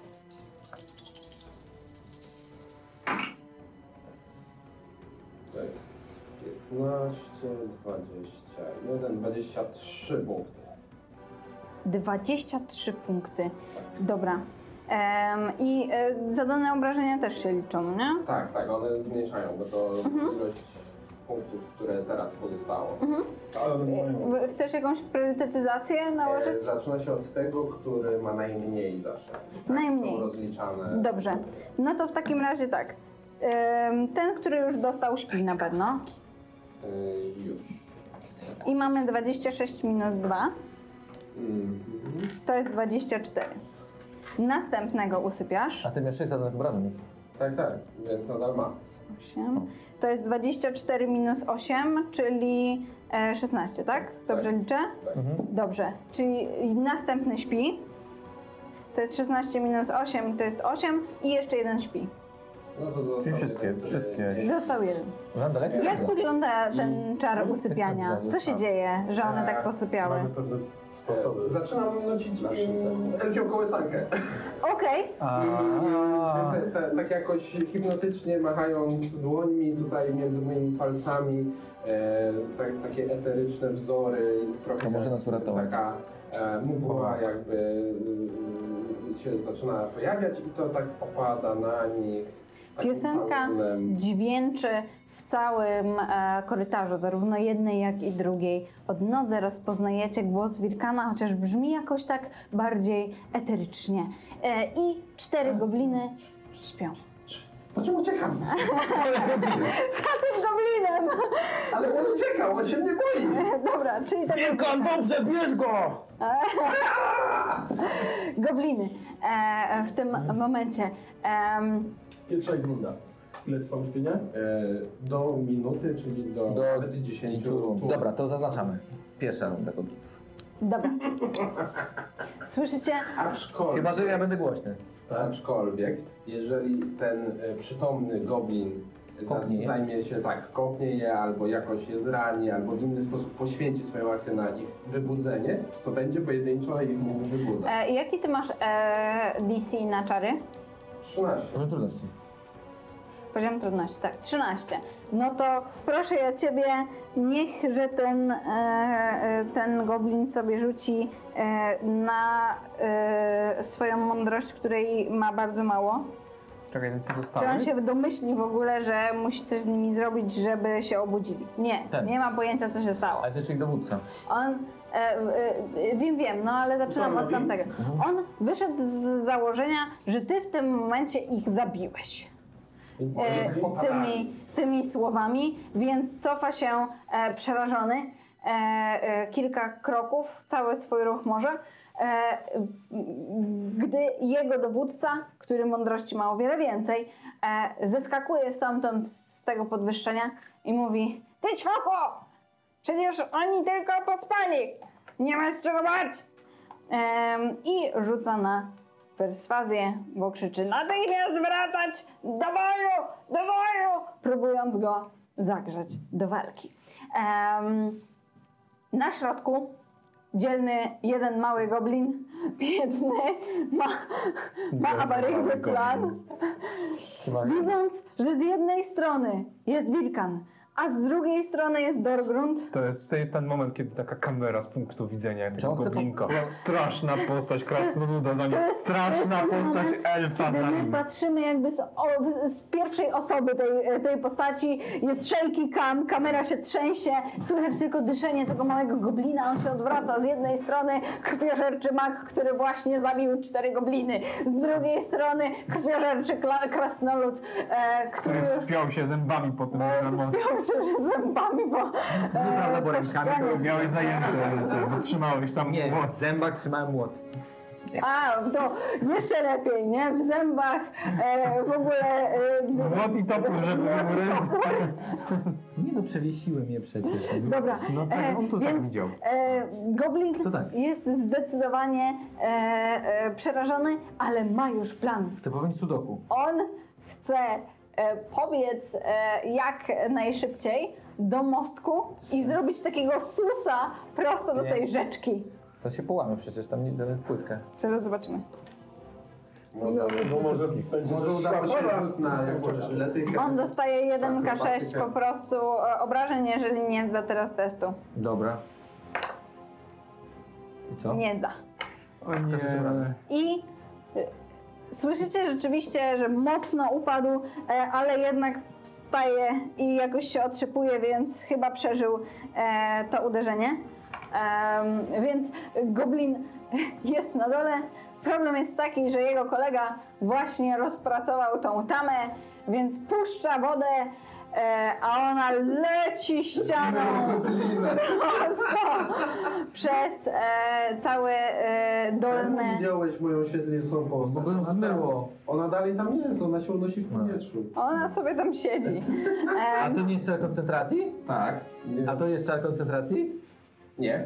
To jest piętnaście, dwadzieścia jeden, dwadzieścia trzy punkty.
dwadzieścia trzy punkty. Dobra. Em, I e, zadane obrażenia też się liczą, nie?
Tak, tak, one zmniejszają, bo to
Mhm.
ilość punktów, które teraz pozostało.
Ale one mają.
E, Chcesz jakąś priorytetyzację
E,
nałożyć?
zaczyna się od tego, który ma najmniej zawsze. Tak
Najmniej.
są rozliczane.
Dobrze. No to w takim razie tak. Em, Ten, który już dostał, śpi na pewno.
E, już.
I mamy dwadzieścia sześć minus dwa.
Mhm.
To jest dwadzieścia cztery. Następnego usypiasz.
A ty miałeś sześć zadanych obrażeń już.
Tak, tak, więc nadal ma.
osiem. To jest dwadzieścia cztery minus osiem, czyli e, szesnaście, tak? Dobrze
Tak.
liczę?
Tak.
Dobrze. Czyli następny śpi. To jest szesnaście minus osiem, to jest osiem i jeszcze jeden śpi.
No to został
Czyli wszystkie,
jeden, który
wszystkie.
nie-
Został jeden.
Randall, jak to
Jak
wygląda?
wygląda ten
I-
czar usypiania? Co się dzieje, że one tak posypiały?
Mamy pewne sposoby.
E, Zaczynam nucić
Naszym cechom.
im elfią kołysankę.
Okej.
A.
I te, te, tak jakoś hipnotycznie machając dłońmi tutaj między moimi palcami, e, tak, takie eteryczne wzory, trochę
To może nas uratować.
taka e, mgła jakby e, się zaczyna pojawiać i to tak opada na nich. takim
Piosenka
całunem.
dźwięczy w całym e, korytarzu, zarówno jednej, jak i drugiej. Od nodze rozpoznajecie głos Wilkana, chociaż brzmi jakoś tak bardziej eterycznie. E, I cztery gobliny śpią.
Po czym uciekam?
Za tym goblinem!
Ale on uciekał, on się mnie boi!
Dobra, czyli tak.
Wilkan, dobrze, bierz go!
Gobliny e, w tym momencie. em,
Pierwsza grunda. Ile trwa uśpienie?
E, do minuty, czyli do,
Do
nawet dziesięciu tur.
Dobra, to zaznaczamy. Pierwsza runda goblinów.
dobra. Słyszycie?
Aczkolwiek,
Chyba, że ja będę głośny.
aczkolwiek, jeżeli ten e, przytomny goblin za,
Kopnie je.
zajmie się, tak, kopnie je, albo jakoś je zrani, albo w inny sposób poświęci swoją akcję na ich wybudzenie, to będzie pojedynczo ich mógł wybudzać.
E, jaki ty masz e, D C na czary?
trzynaście.
Może trudności.
Poziom trudności, tak, trzynaście. No to proszę ja ciebie, niech, że ten, e, e, ten goblin sobie rzuci e, na e, swoją mądrość, której ma bardzo mało.
Czekaj, ten
Czy on
pozostały?
się domyśli w ogóle, że musi coś z nimi zrobić, żeby się obudzili? Nie,
Ten.
nie ma pojęcia, co się stało.
Ale jest jeszcze ich dowódca.
On, e, e, wiem, wiem, no ale zaczynam
Co on
od
robi?
tamtego. On wyszedł z założenia, że ty w tym momencie ich zabiłeś.
Więc
E,
popadali.
tymi, tymi słowami, więc cofa się e, przerażony e, e, kilka kroków, cały swój ruch może, e, gdy jego dowódca, który mądrości ma o wiele więcej, e, zeskakuje stamtąd z tego podwyższenia i mówi: ty ćwako! Przecież oni tylko pospali! Nie ma z czego bać! Em, I rzuca na perswazję, bo krzyczy: natychmiast wracać do boju! Do boju! Próbując go zagrzać do walki. Em, na środku dzielny jeden mały goblin, biedny, ma, ma
Dzielny
awaryjny
mały
plan.
goblin.
Chyba
Widząc, że z jednej strony jest Wilkan, a z drugiej strony jest Dorgrund.
To jest tej, ten moment, kiedy taka kamera z punktu widzenia tego
on chce
goblinka.
po-
Straszna postać krasnoluda za nim.
To jest-
Straszna
to jest ten
postać
moment,
elfa
Kiedy
za
my
nim.
patrzymy jakby z, o, z pierwszej osoby tej, tej postaci, jest shaky cam, kamera się trzęsie, słychać tylko dyszenie tego małego goblina, on się odwraca. Z jednej strony krwiożerczy mag, który właśnie zabił cztery gobliny. Z drugiej strony krwiożerczy kla- krasnolud, e, który...
Który wspiął się zębami po tym na most.
Wspiął się zębami, bo... E,
Nieprawda, bo
po
rękami to
ścianie.
Miałeś zajęte ręce, bo trzymałeś tam
Nie,
młot.
w zębach trzymałem młot.
A, to jeszcze lepiej, nie? W zębach, e, w ogóle... E,
Młot i topór, żeby mu ręce...
Nie no, przewiesiłem je przecież.
Dobra,
No tak, on to
e,
tak
więc,
widział.
E, Goblin
To tak.
jest zdecydowanie e, e, przerażony, ale ma już plan.
Chcę popełnić sudoku.
On chce e, pobiec e, jak najszybciej do mostku i zrobić takiego susa prosto do
Nie.
tej rzeczki.
To się połamie przecież, tam nie damy płytkę.
Zaraz zobaczymy.
No może będzie
Może
też
uda się
szlafora.
rzut na jakąś atletykę.
On dostaje jeden K sześć
akrobatykę.
po prostu e, obrażeń, jeżeli nie zda teraz testu.
Dobra. I co?
Nie zda.
O nie.
I y, słyszycie rzeczywiście, że mocno upadł, e, ale jednak wstaje i jakoś się otrzypuje, więc chyba przeżył e, to uderzenie. Em, więc goblin jest na dole. Problem jest taki, że jego kolega właśnie rozpracował tą tamę, więc puszcza wodę, e, a ona leci ścianą prosto przez e, całe e,
Czemu
dolne.
zdjąłeś moją świetlistą postać?
Bo bym
Ona
zmyło.
tam- Ona dalej tam jest, ona się unosi w powietrzu.
Ona sobie tam siedzi.
A
Em,
to nie jest czar koncentracji?
Tak. Nie.
A to jest czar koncentracji?
Nie.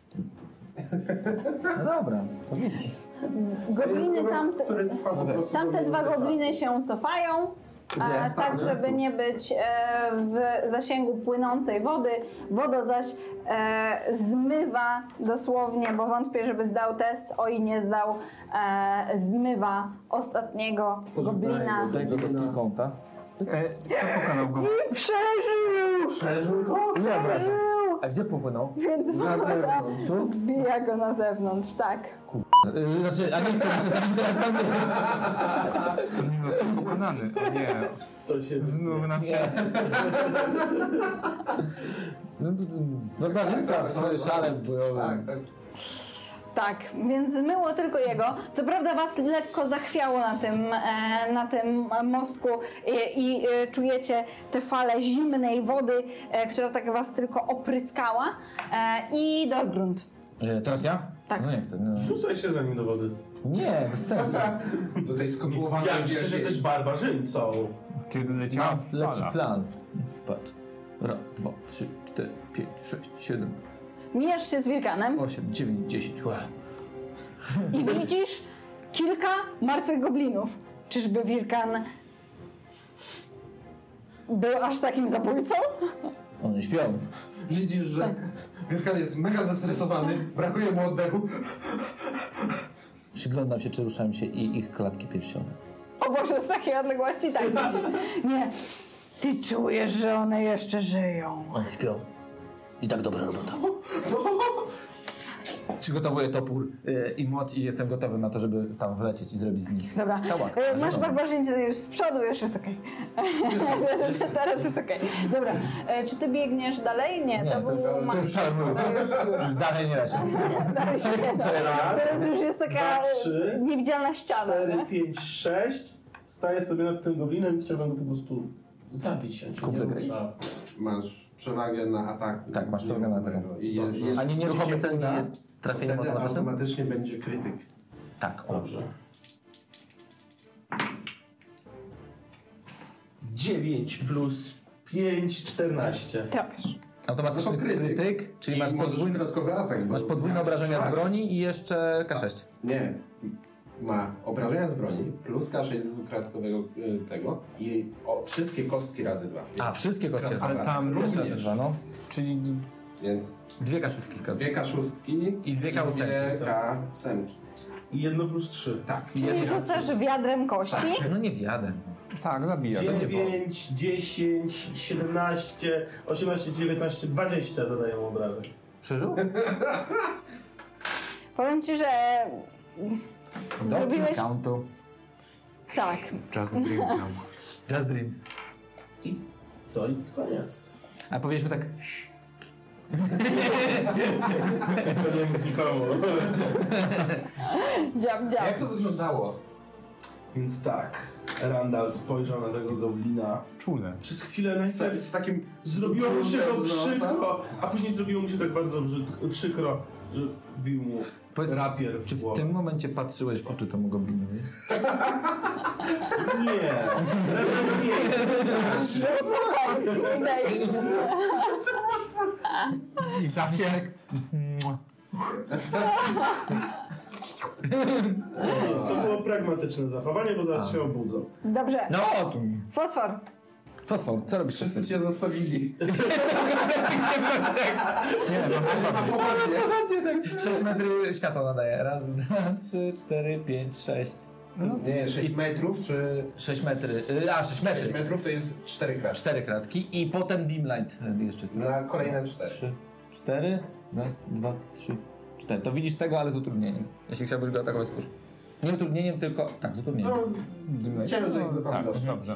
No dobra, to widzisz.
gobliny
To jest urok,
tamte,
który trwa po prostu
tamte
do
dwa
minuty
gobliny
czasu.
się cofają.
Gdzie?
A, tak,
Tak,
żeby
tu.
nie być e, w zasięgu płynącej wody. Woda zaś e, zmywa dosłownie, bo wątpię, żeby zdał test, oj nie zdał, e, zmywa ostatniego goblina.
Tego do trójkąta.
E, kto pokonał go?
I przeżył!
Przeżył to?
Ile obrażeń?
Przeżył!
A gdzie popłynął?
Więc
Na
woda
zewnątrz.
Tu?
zbija go na zewnątrz, tak.
Yy, znaczy, a nie chcę, że zanim teraz damy.
To nie został pokonany. O nie.
To się
Zmył nam się.
No, barbarzyńca w szale bojowym.
Tak, tak.
Tak, więc zmyło tylko jego. Co prawda was lekko zachwiało na tym, e, na tym mostku i, i e, czujecie te fale zimnej wody, e, która tak was tylko opryskała. E, I Dorgrund.
E, teraz ja?
Tak.
No niech to. No.
Rzucaj się za nim do wody.
Nie, bez sensu.
Do tej skotłowanej
Ja przecież
wielkiej-
jesteś barbarzyńcą.
Kiedy leciała
Mam lepszy
fala.
plan. Patrz. Raz, dwa, trzy, cztery, pięć, sześć, siedem,
Mijasz się z wilkanem
osiem, dziewięć, dziesięć. Wow.
i widzisz kilka martwych goblinów. Czyżby wilkan był aż takim zabójcą?
One śpią.
Widzisz, że Wierkan jest mega zestresowany, brakuje mu oddechu.
Przyglądam się, czy ruszają się i ich klatki piersiowe.
O Boże, z takiej odległości tak. Nie. Ty czujesz, że one jeszcze żyją.
One śpią. I tak dobra robota. Przygotowuję topór y, i młot i jestem gotowy na to, żeby tam wlecieć i zrobić z nich
Dobra.
sałatkę.
E, Masz
Żeloną.
barbarzyńcę już z przodu, już jest okej. Teraz jest okej. Dobra. E, Czy ty biegniesz dalej? Nie,
Nie,
to,
to już,
był
to
Max.
już szalony. Już dalej nie da się.
Dalej się nie da. Teraz już jest taka
Dwa, trzy,
niewidzialna ściana.
cztery,
nie?
pięć, sześć. Staję sobie nad tym goblinem i chciałbym go po prostu zabić. On się
Kurde,
nie
Grace?
rusza.
Masz przewagę na ataku.
Tak, masz przewagę na ataku.
I je,
Dobrze.
je,
A nie nieruchomy
jeśli
cel
się
nie
uda,
jest
to
trafieniem
wtedy
automatycznym?
automatycznie będzie krytyk.
Tak, o.
Dobrze. dziewięć plus pięć, czternaście.
Trafisz.
Automatyczny
No to krytyk.
krytyk, czyli
I
masz
możesz
podwójny,
dodatkowy atak. bo
masz podwójne
masz
obrażenia z
przewagę.
broni i jeszcze K sześć.
Nie. Ma obrażenia z broni plus K sześć z ukradkowego y, tego i o, wszystkie kostki razy dwa.
A, wszystkie kostki
Ale
razy
tam
dwa. Jeszcze
również.
razy dwa, no.
Czyli
Więc
Dwie K szóstki.
dwie K szóstki
I dwie K ósemki
dwie
są.
K ósemki.
I jedno plus trzy.
Tak.
Czyli rzucasz wiadrem kości.
No nie wiadę.
Tak, zabija. to nie wolno.
dziewięć, dziesięć, siedemnaście, osiemnaście, dziewiętnaście, dwadzieścia zadają obrażeń.
Przeżył?
Powiem ci, że zrobiłeś...
Countu.
Tak.
Just Dreams miał.
Just Dreams.
I co? I koniec.
A powiedzieliśmy tak...
To nie mów nikomu.
Dziab, dziab.
Jak to wyglądało?
Więc tak, Randall spojrzał na tego goblina.
Czule.
Przez chwilę
Z,
najpierw
z takim...
zrobiło mu się to
z nosa?
przykro, a później zrobiło mu się tak bardzo brzydko, przykro, że wbił mu
Powiedz,
rapier w
Czy w
głowę.
tym momencie patrzyłeś w oczy temu goblinowi?
Nie, Randall nie.
Udajesz.
I takie...
To było pragmatyczne zachowanie, bo zaraz się obudzą.
Dobrze.
No, tu.
Fosfor.
Fosfor, co robisz?
Wszyscy cię zostawili.
Nie, no
sześć metry światła nadaje. Raz, dwa, trzy, cztery, pięć, sześć. No,
Nie, sześć metrów czy...
sześć metry. y, A, sześć metry.
sześć metrów to jest cztery kratki.
Cztery kratki i potem dim light jeszcze.
Na kolejne cztery.
Trzy, cztery. Raz, dwa, trzy, cztery. To widzisz tego, ale z utrudnieniem. Jeśli chciałbyś go atakować, skórz. Nie utrudnieniem, tylko... Tak, z utrudnieniem.
No, ciężej go tam
tak,
dostać.
dobrze.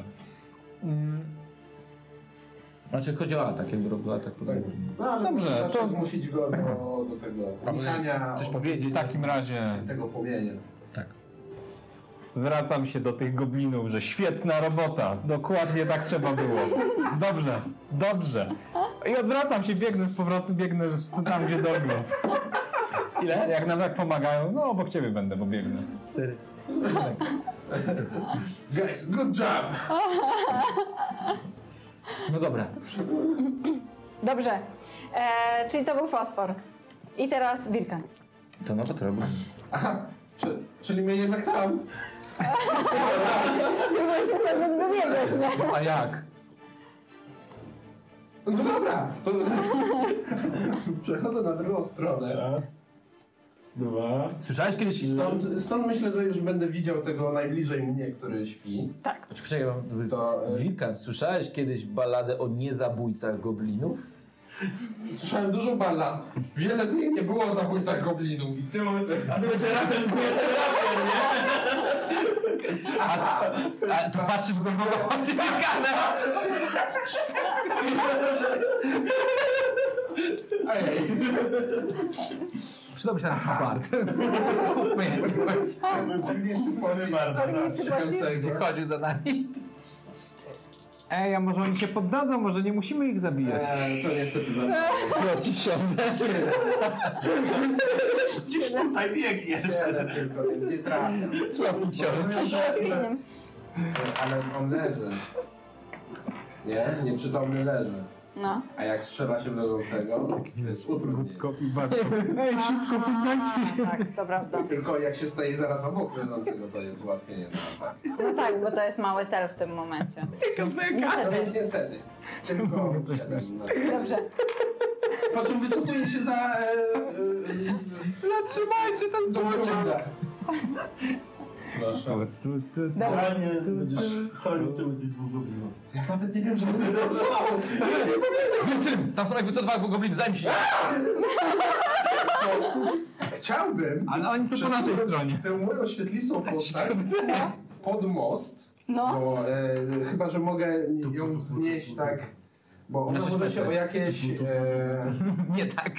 Znaczy chodzi o atak, jakby robił atak, to
Tak.
tak.
No, ale
Dobrze,
zawsze
to-
zmusić go do, do tego unikania...
Coś powiedzieć.
W takim razie
Tego płomienia.
Tak.
zwracam się do tych goblinów, że świetna robota. Dokładnie tak trzeba było. Dobrze, dobrze. I odwracam się, biegnę z powrotem, biegnę z tam, gdzie Dorgrund.
Ile?
Jak nam tak pomagają, no obok ciebie będę, bo biegnę.
Cztery.
Guys, good job!
No dobra.
Dobrze. E, czyli to był fosfor. I teraz Wirkan.
To no to to robię.
Aha, czy, czyli my jednak tam.
Ty właśnie sobie dobiegłeś, nie?
A jak?
No dobra, to... Przechodzę na drugą stronę.
Raz, dwa.
Słyszałeś kiedyś...
Stąd, stąd myślę, że już będę widział tego najbliżej mnie, który śpi.
Tak.
Poczekaj, mam...
To, e,
Wilkan, słyszałeś kiedyś balladę o niezabójcach goblinów?
Słyszałem dużo ballad. Wiele z nich nie było o zabójcach goblinów. I
Ty moment, a ty będzie ratem, bo ja ten raper, nie?
A to patrzy w głęboko oczy Wilkana!
Ej,
Przydałby się nam jakiś bard.
Pany Barda.
Gdzie chodził za nami.
Ej, a może oni się poddadzą, może nie musimy ich zabijać.
eee, to niestety za...
Słodki książę.
Gdzieś tutaj biegniesz.
Jeden tylko, więc nie trafiam.
Słodki książę.
Z ułatwieniem.
Ale on leży. Nie? Nieprzytomny leży.
No.
A jak strzela się w leżącego, to jest utrudnienie.
I bardzo. Ej, szybko, poddajcie się.
Tak, to prawda.
Tylko jak się stoi zaraz obok leżącego, to jest ułatwienie na atak.
No tak, bo to jest mały cel w tym momencie.
No więc niestety. Tylko siedem na-
Dobrze.
Po czym wycofuję się za... E, e,
Zatrzymajcie ten
do grunda.
Proszę.
Dobra.
Realnie będziesz chronił tyły tych dwóch goblinów.
Ja nawet nie wiem, że będę to słuchał.
Wilcyn, tam są jakby co dwa gobliny, zajmij się.
Chciałbym...
Ale oni są po naszej
przesunąć
stronie.
Tę moją świetlistą postać pod most.
No.
Bo e, chyba, że mogę ją znieść tak... Bo ona
Na
może się o jakieś... E,
Nie tak.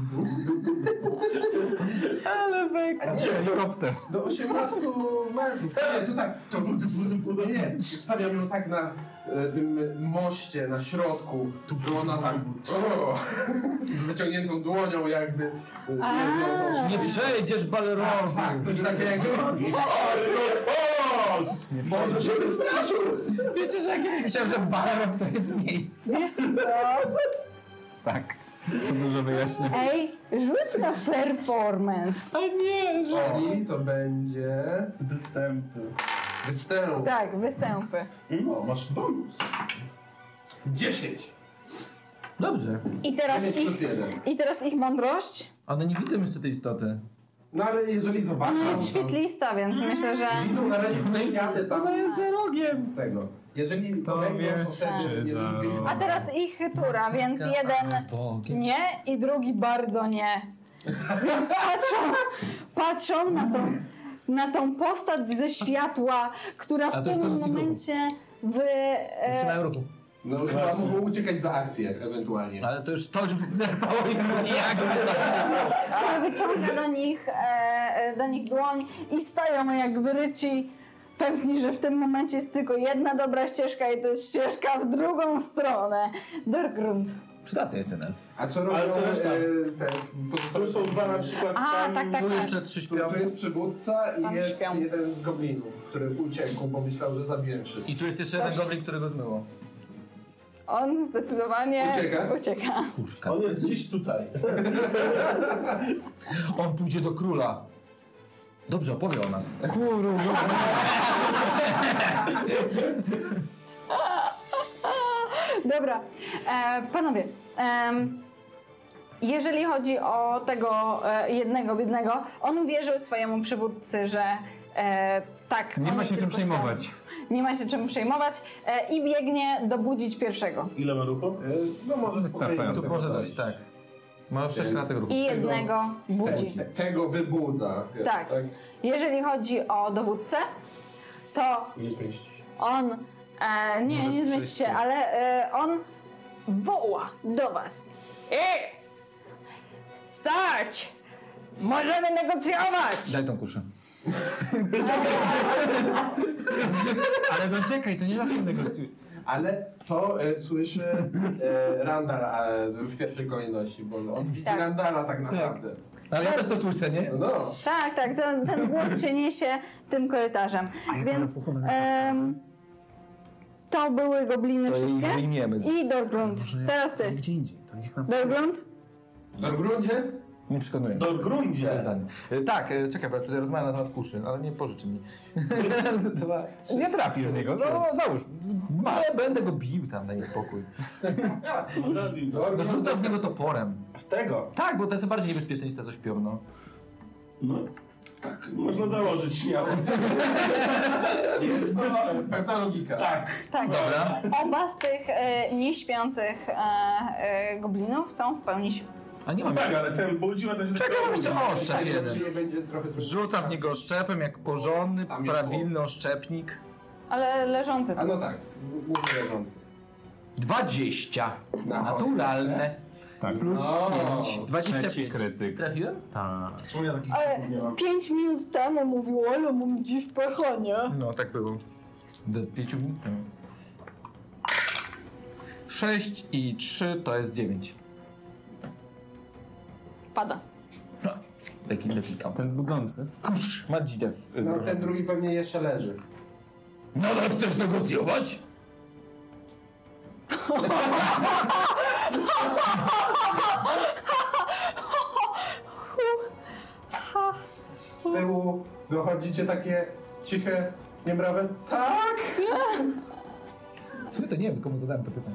Ale bek.
A nie.
Helikopter.
do osiemnastu metrów. Nie, to tak. To, nie, nie. Stawiam ją tak na e, tym moście, na środku. Że ona tak... O, z wyciągniętą dłonią jakby. e, jedną-
Nie przejdziesz balerowi.
Tak, coś takiego. Może się wystraszył.
Wiecie, że ja kiedyś myślałem, że balerok to jest miejsce.
Wiesz co?
Tak. To dużo wyjaśnia.
Ej, rzuć na performance.
A nie, że...
Czyli to będzie...
Występy.
Występ.
Tak, występy.
No, masz bonus. dziesięć.
Dobrze.
I teraz
dziewięć
ich,
plus jeden.
i teraz ich mądrość.
Ale nie widzę jeszcze tej istoty.
No ale jeżeli zobaczą...
Ona jest
to-
świetlista, więc myślę, że...
Widzą na razie światy tam.
Ona jest za rogiem.
Z tego. Jeżeli
To
podejdą,
wie,
to wtedy...
czy
jeżeli
za
wyjdą-
rogiem.
A teraz ich tura, więc jeden nie i drugi bardzo nie. Więc patrzą, patrzą na tą, na tą postać ze światła, która
A
w
to już
tym
koniec ruchu.
momencie w...
Trzymają
E,
ruchu.
No już chyba mogą uciekać za akcję ewentualnie.
Ale to już to już zerwało ich nijak.
która wyciąga do nich, e, e, do nich dłoń i stają jak wyryci, pewni, że w tym momencie jest tylko jedna dobra ścieżka i to jest ścieżka w drugą stronę. Dorgrund.
Przydatny jest ten elf.
A co robią
Ale co reszta?
e, te pozostałe...
Tu są dwa na przykład
A,
tam...
tak, tak,
Tu
tak.
jeszcze trzy
Tu,
śpią.
tu jest przywódca i
Tam
jest
śpią.
jeden z goblinów, który uciekł, bo myślał, że zabiłem wszystkich.
I tu jest jeszcze jeden
Dobrze.
goblin, którego zmyło.
On zdecydowanie
Ucieka?
ucieka.
Kurka.
On jest gdzieś tutaj.
On pójdzie do króla. Dobrze, opowie o nas.
Dobra, e, panowie, em, jeżeli chodzi o tego e, jednego biednego, on uwierzył swojemu przywódcy, że e, tak.
Nie
on
ma się
tylko
czym przejmować.
Nie ma się czym przejmować e, i biegnie dobudzić pierwszego.
Ile ma ruchu?
E, No może
Wystarczająco.
spokojnie
Tu może dojść, tak. Ma sześć
Więc-
kratek ruchu.
I jednego budzi.
Te, tego wybudza.
Tak. Jeżeli chodzi o dowódcę, to
Nie zmieści się.
on, e, nie,
Może
nie zmieści
przyjść
się,
tu.
ale e, on woła do was. Ej! Stać! Możemy negocjować!
Daj tą kuszę.
Ale to czekaj, to nie zawsze negocjuje.
Ale to e, słyszy e, Randall e, w pierwszej kolejności, bo on widzi
Tak.
Randalla tak naprawdę.
Ale ja też to słyszę, nie?
No, no.
Tak, tak, ten, ten głos się niesie tym korytarzem. Więc em, to były gobliny
To jej
wszystkie.
wyjmiemy.
I Dorgrund. Teraz ty.
Gdzie indziej, to niech nam...
Dorgrund?
Na gruncie?
Nie przekonuję.
Do
Moje
gruncie.
zdanie. E, Tak, e, czekaj, bo ja tutaj rozmawiam na temat kuszy, ale nie pożyczy mi. Dwa, trzy.
Nie trafisz w niego, no załóż.
Nie będę go bił tam, daj mi spokój.
Zabił.
No rzucam w niego toporem.
W tego.
Tak, bo to jest bardziej niebezpieczne niż te, co śpią, no.
No, tak, można założyć śmiało.
Jest to e, pewna logika.
Tak.
Tak.
Dobra.
Oba z tych e, nieśpiących e, e, goblinów są w pełni sił.
A nie mam
Tak,
jeszcze.
ale ten budziła też...
Czekaj, mam jeszcze
Tak,
oszczep jeden.
czy nie będzie trochę trudno.
Rzucam w niego oszczepem jak porządny,
Tam jest
prawilny oszczepnik.
Ale leżący
A
tu.
no tak, głównie leżący.
Dwadzieścia.
Na
Naturalne.
Tak.
Plus
O,
pięć. Dwadzieścia
trzeci
pięć.
krytyk.
Trafiłem?
Tak.
Czemu ja takich
Ale
nie mam?
pięć minut temu mówił, ale mam dziś pecha, nie?
No, tak było. Do pięciu minut temu. Sześć i trzy to jest dziewięć.
Pada.
Taki dopikam.
Ten budzący.
Kusz, ma dzidę w...
no ten drugi pewnie jeszcze leży.
No, no, chcesz negocjować?
Z tyłu dochodzicie takie ciche, niemrawe tak!
W sumie to nie wiem, tylko mu zadałem to pytanie.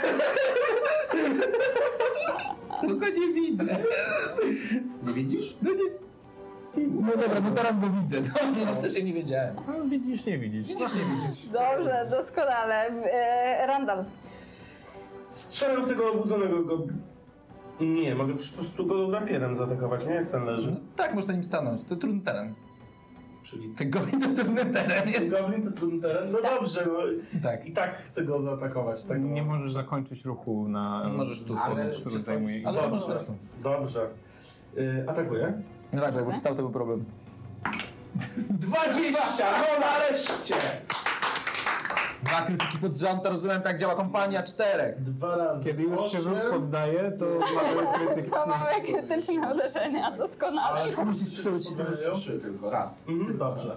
Tylko nie widzę.
Nie widzisz?
No nie... No dobra, no teraz go widzę. No, no wcześniej nie wiedziałem.
No, widzisz, nie widzisz.
Widzisz, nie widzisz.
Dobrze, doskonale. E, Randall.
Strzelam w tego obudzonego go... Nie, mogę po prostu go rapierem zaatakować, nie? Jak ten leży.
No, tak, można nim stanąć. To trudny teren.
Czyli...
Ten goblin to trudny teren jest.
Goblin to trudny teren? No dobrze, no.
Tak.
I tak chcę go zaatakować. Tak,
Nie możesz zakończyć ruchu na...
Możesz tu
Ale-
sobie,
który zajmuje...
Ale
Dobrze.
możesz tu.
Dobrze. Yy, atakuję.
No tak, jakby wstał, to był problem.
dwadzieścia! No nareszcie!
Dwa krytyki pod rząd, to rozumiem, tak działa kompania czterech.
Dwa razy.
Kiedy już się
Osiem.
ruch poddaje, to mamy krytyk
To mamy krytyczne uderzenia, doskonale.
Ale
musisz psuć.
Trzy tylko, raz.
Mhm, dobrze.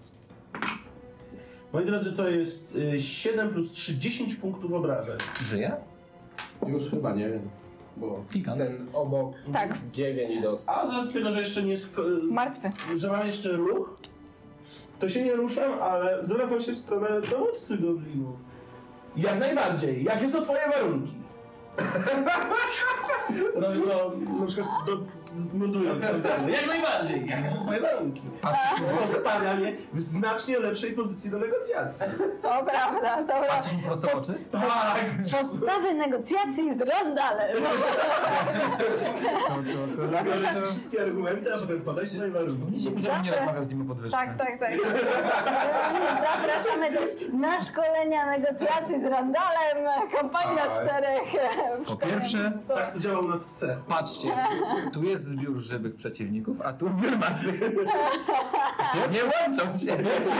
Moi drodzy, to jest y, siedem plus trzy, dziesięć punktów obrażeń.
Żyje?
Już chyba nie wiem, bo
Pikant.
ten obok
Tak,
dziewięć dostał.
A z tego, że jeszcze nie... Sko-
martwy.
że mam jeszcze ruch, to się nie ruszam, ale zwracam się w stronę dowódcy goblinów. Jak najbardziej. Jakie są twoje warunki? No, no, na przykład do, budując to, jak najbardziej, jak są twoje warunki. Postawia mnie w znacznie lepszej pozycji do negocjacji.
To prawda, to prawda.
Patrzysz mu prosto w oczy?
Tak!
Podstawy negocjacji z Randalem.
To, to, to
Zabiorę ci wszystkie argumenty, a potem podać moje warunki.
Żebym nie rozmawiał z nim o podwyżce.
Tak, tak, tak. Zapraszamy też na szkolenia negocjacji z Randalem. Kampania
Tak.
czterech.
Po pierwsze,
Tak to działa u nas w cechu.
Patrzcie, tu jest zbiór żywych przeciwników, a tu zbiór martwych. Nie łączą się.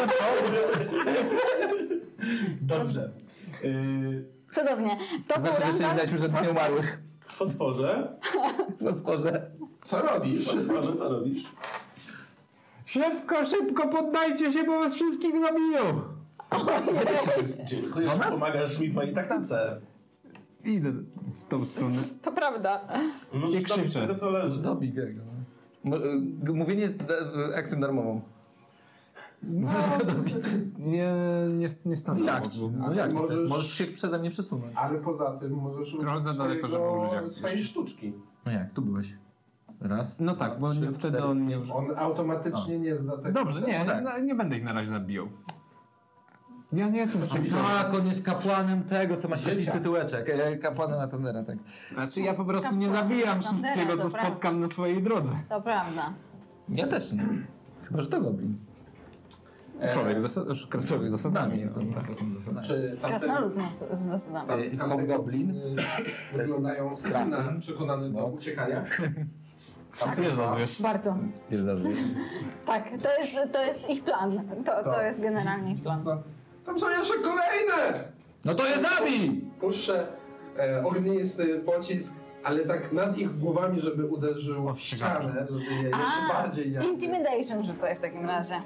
Dobrze. Yy,
Cudownie. To
To znaczy, że jeszcze nie
Randall-
znaliśmy żadnych nieumarłych.
w fosforze.
Co stworzę?
Co robisz?
W fosforze co robisz?
szybko, szybko poddajcie się, bo was wszystkich zabiją.
Dziękuję,
Do
że
nas?
pomagasz mi w mojej taktyce.
Idę w tą stronę.
To prawda.
Możesz
krzyczę.
robić tego, co leży.
Dobij go. Mo- y, Mówienie jest da- akcją darmową. Możesz go dobić.
Nie, nie, nie stanę.
Jak?
obok.
No jak?
Możesz-
Możesz się przeze mnie przesunąć.
Ale poza tym możesz
Trochę
użyć
za daleko, żeby
swojego-
użyć akcji.
swojej sztuczki.
No jak? Tu byłeś. Raz.
No tak, bo
trzy,
nie, wtedy
cztery.
on nie użył.
On automatycznie nie zda tego.
Dobrze, nie,
tak.
no, nie będę ich na razie zabijał. Ja nie jestem z tych
Tak, on jest kapłanem tego, co ma świetny
Życia.
tytułeczek. e, Kapłanem Atondera, tak.
Znaczy ja po prostu nie zabijam wszystkiego, co spotkam na swojej drodze.
To prawda.
Ja też nie. Chyba, że to goblin.
Człowiek, zasad...
Człowiek z zasadami jest.
no,
on,
tak.
tak. z zasadami.
Czy tamte,
Krasnolud z, z zasadami.
E,
tamte
Hobgoblin.
gobliny wyglądają
strachem.
na przekonany do uciekania?
Wiesz, rozwiesz.
Bardzo.
Jest zażyć.
Tak, to jest, to jest ich plan. To, to
Tak.
jest generalnie ich plan.
Tam są jeszcze kolejne!
No to je zabij!
Puszczę e, ognisty pocisk, ale tak nad ich głowami, żeby uderzył w
Ostrzegawczo.
ścianę, żeby je jeszcze
A,
bardziej jakby...
Intimidation rzucaj w takim razie.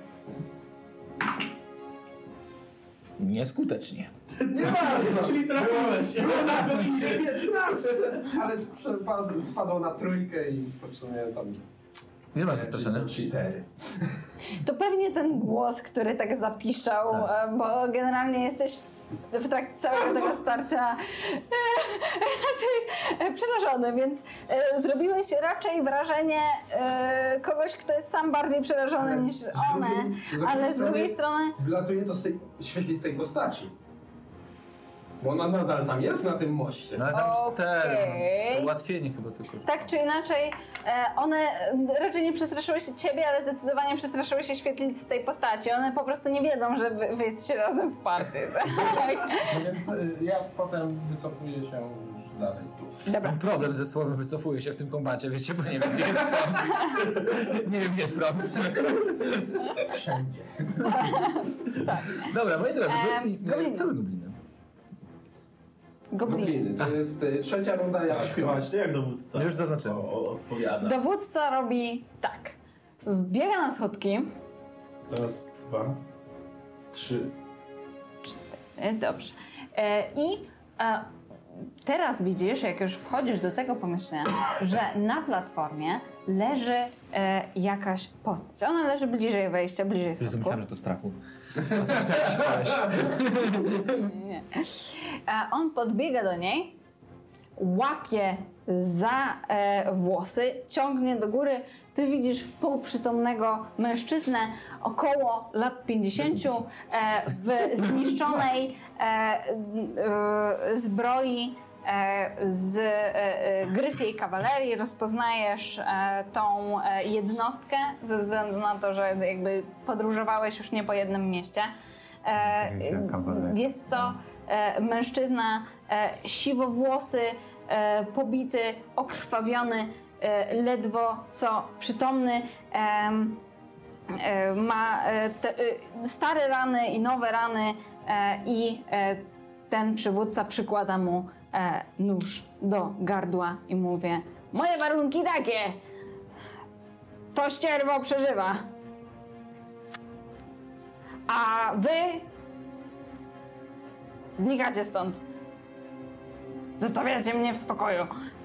Nieskutecznie.
Nie bardzo!
Czyli trafiłeś.
piętnaście, ale spadł, spadło na trójkę i to w sumie tam...
Nie ma
Czyli
zastraszenia.
są cheatery.
To pewnie ten głos, który tak zapiszczał,
Tak.
e, bo generalnie jesteś w trakcie całego tego starcia e, raczej e, przerażony, więc e, zrobiłeś raczej wrażenie e, kogoś, kto jest sam bardziej przerażony
Ale
niż
z
one,
drugiej- z
ale
drugiej
z drugiej
strony-
strony
Wylatuje to z tej świetlistej postaci. Bo ona nadal tam jest na tym moście.
No ale tam cztery.
Okej.
No. Ułatwienie chyba tylko.
tak czy inaczej, e, one e, raczej nie przestraszyły się ciebie, ale zdecydowanie przestraszyły się świetlicy z tej postaci. One po prostu nie wiedzą, że wy, wy jesteście razem w party. Tak?
No więc y, ja potem wycofuję się już dalej tu.
Dobra.
Mam problem ze słowem wycofuję się w tym kombacie, wiecie, bo nie wiem gdzie jest front. Nie wiem gdzie jest front.
Wszędzie.
Tak.
Dobra, moi drodzy,
Em,
powiedz mi,
gobliny.
co wy gobliny?
Gobliny.
Gobliny. To jest y, trzecia runda jak
Tak,
śpią.
właśnie, jak dowódca.
Ja już zaznaczyłem.
O, o, odpowiada.
Dowódca robi tak. Wbiega na schodki.
Raz, dwa, trzy.
E, Dobrze. E, I e, teraz widzisz, jak już wchodzisz do tego pomieszczenia, że na platformie leży e, jakaś postać. Ona leży bliżej wejścia, bliżej
Jezu,
schodków.
myślałem, że to strachu.
Nie, nie. E, on podbiega do niej, łapie za e, włosy, ciągnie do góry. Ty widzisz półprzytomnego mężczyznę około lat pięćdziesięciu e, w zniszczonej e, e, zbroi e, z e, e, gryfiej kawalerii. Rozpoznajesz e, tą e, jednostkę ze względu na to, że jakby podróżowałeś już nie po jednym mieście. E,
Gryfia kawalerii.
jest to e, mężczyzna e, siwowłosy, e, pobity, okrwawiony, e, ledwo co przytomny. em, e, ma e, te, e, stare rany i nowe rany e, i e, ten przywódca przykłada mu e, nóż do gardła i mówi: moje warunki takie, to ścierwo przeżywa, a wy znikacie stąd. Zostawiacie mnie w spokoju.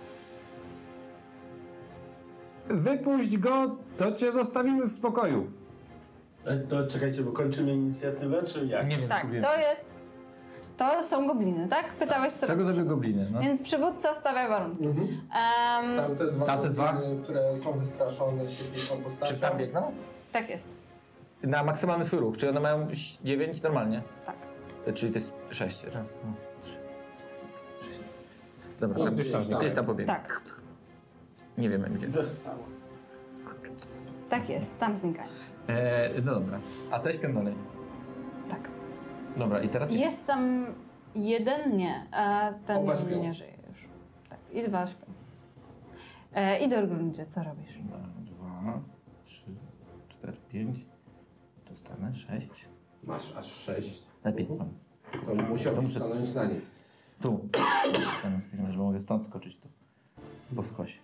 Wypuść go, to cię zostawimy w spokoju.
E, To czekajcie, bo kończymy inicjatywę, czy jak?
Nie wiem,
Tak,
zgubiłem
to
się.
jest To są gobliny, tak? Pytałeś co
Czego
robisz.
zrobił gobliny? No.
Więc przywódca stawia warunki.
Mhm.
Em,
Tamte dwa
Tamte dwa?
gobliny, które są wystraszone, się są postacią.
Czy tam biegną?
tak jest.
Na maksymalny swój ruch. Czy one mają dziewięć normalnie?
Tak.
Czyli to jest sześć. Raz, dwa, trzy, sześć. Dobra,
O,
tam,
gdzieś tam.
gdzieś tam pobiegł.
Tak.
Nie wiemy gdzie.
Westało.
Tak jest, tam znikają.
E, no dobra. A te śpią dalej.
Tak.
Dobra, i teraz...
Jest tam jeden, nie. E, ten
Oba
nie,
śpią.
nie żyje już. Tak, i dwa śpią. E, I do gruncie, co robisz?
Dwa, trzy, cztery, pięć. Dostanę sześć.
Masz aż sześć.
Lepiej mam.
To musiałbyś
muszę-
stanąć na nim.
Tu. Dostanę w takim razie, bo mogę stąd skoczyć tu. Bo skoś.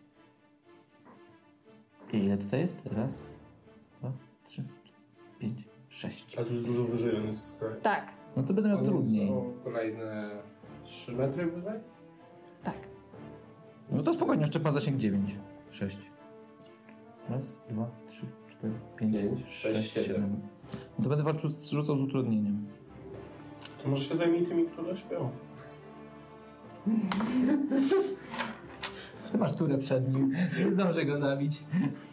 I ile tutaj jest? Raz, dwa, trzy, pięć, sześć.
A tu jest dużo wyżej, on jest skraj.
Tak,
No to będę miał
On jest
trudniej.
o kolejne trzy metry wyżej?
tak.
No to spokojnie, jeszcze ma zasięg dziewięć. sześć. Raz, dwa, trzy, cztery, pięć,
Pięć,
sześć,
sześć, siedem.
siedem. No to będę walczył, z- rzucał z utrudnieniem.
To może się zajmij tymi, które śpią.
Ty masz turę przed nim. Nie zdążę go zabić.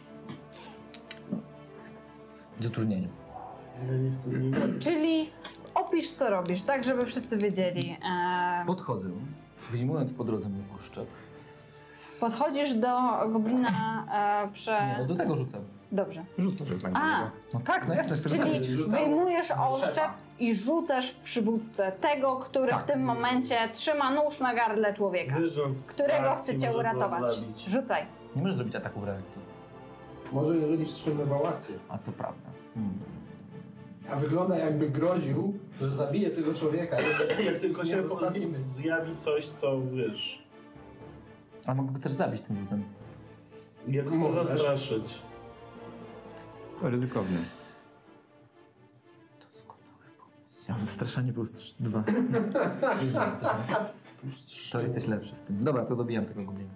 Z utrudnieniem.
Ja nie chcę z nim gadać.
Czyli opisz, co robisz, tak, żeby wszyscy wiedzieli. E,
Podchodzę, wyjmując po drodze mój puszczek.
podchodzisz do goblina e, prze...
Nie, no do tego rzucam.
Dobrze.
Rzucę, żeby pani
A,
No tak, no jasne, że
czyli
rzucam
wyjmujesz
na
oszczep
szefa.
i rzucasz w przywódcę tego, który
Tak.
w tym momencie trzyma nóż na gardle człowieka,
Wyżą w
którego
akcji
chcecie
może go
uratować.
zabić.
Rzucaj.
Nie możesz zrobić ataku w reakcji.
Może jeżeli wstrzymywał akcję.
A to prawda. Hmm.
A wygląda jakby groził, że zabije tego człowieka.
Jak tylko się
Nie dostawimy.
zjawi coś, co wiesz.
A mógłby też zabić tym rzutem.
Jak chce
Możesz.
zastraszyć.
Ryzykowny.
Ja mam zastraszanie plus trz- dwa. To jesteś lepszy w tym. Dobra, to dobijam tego goblina.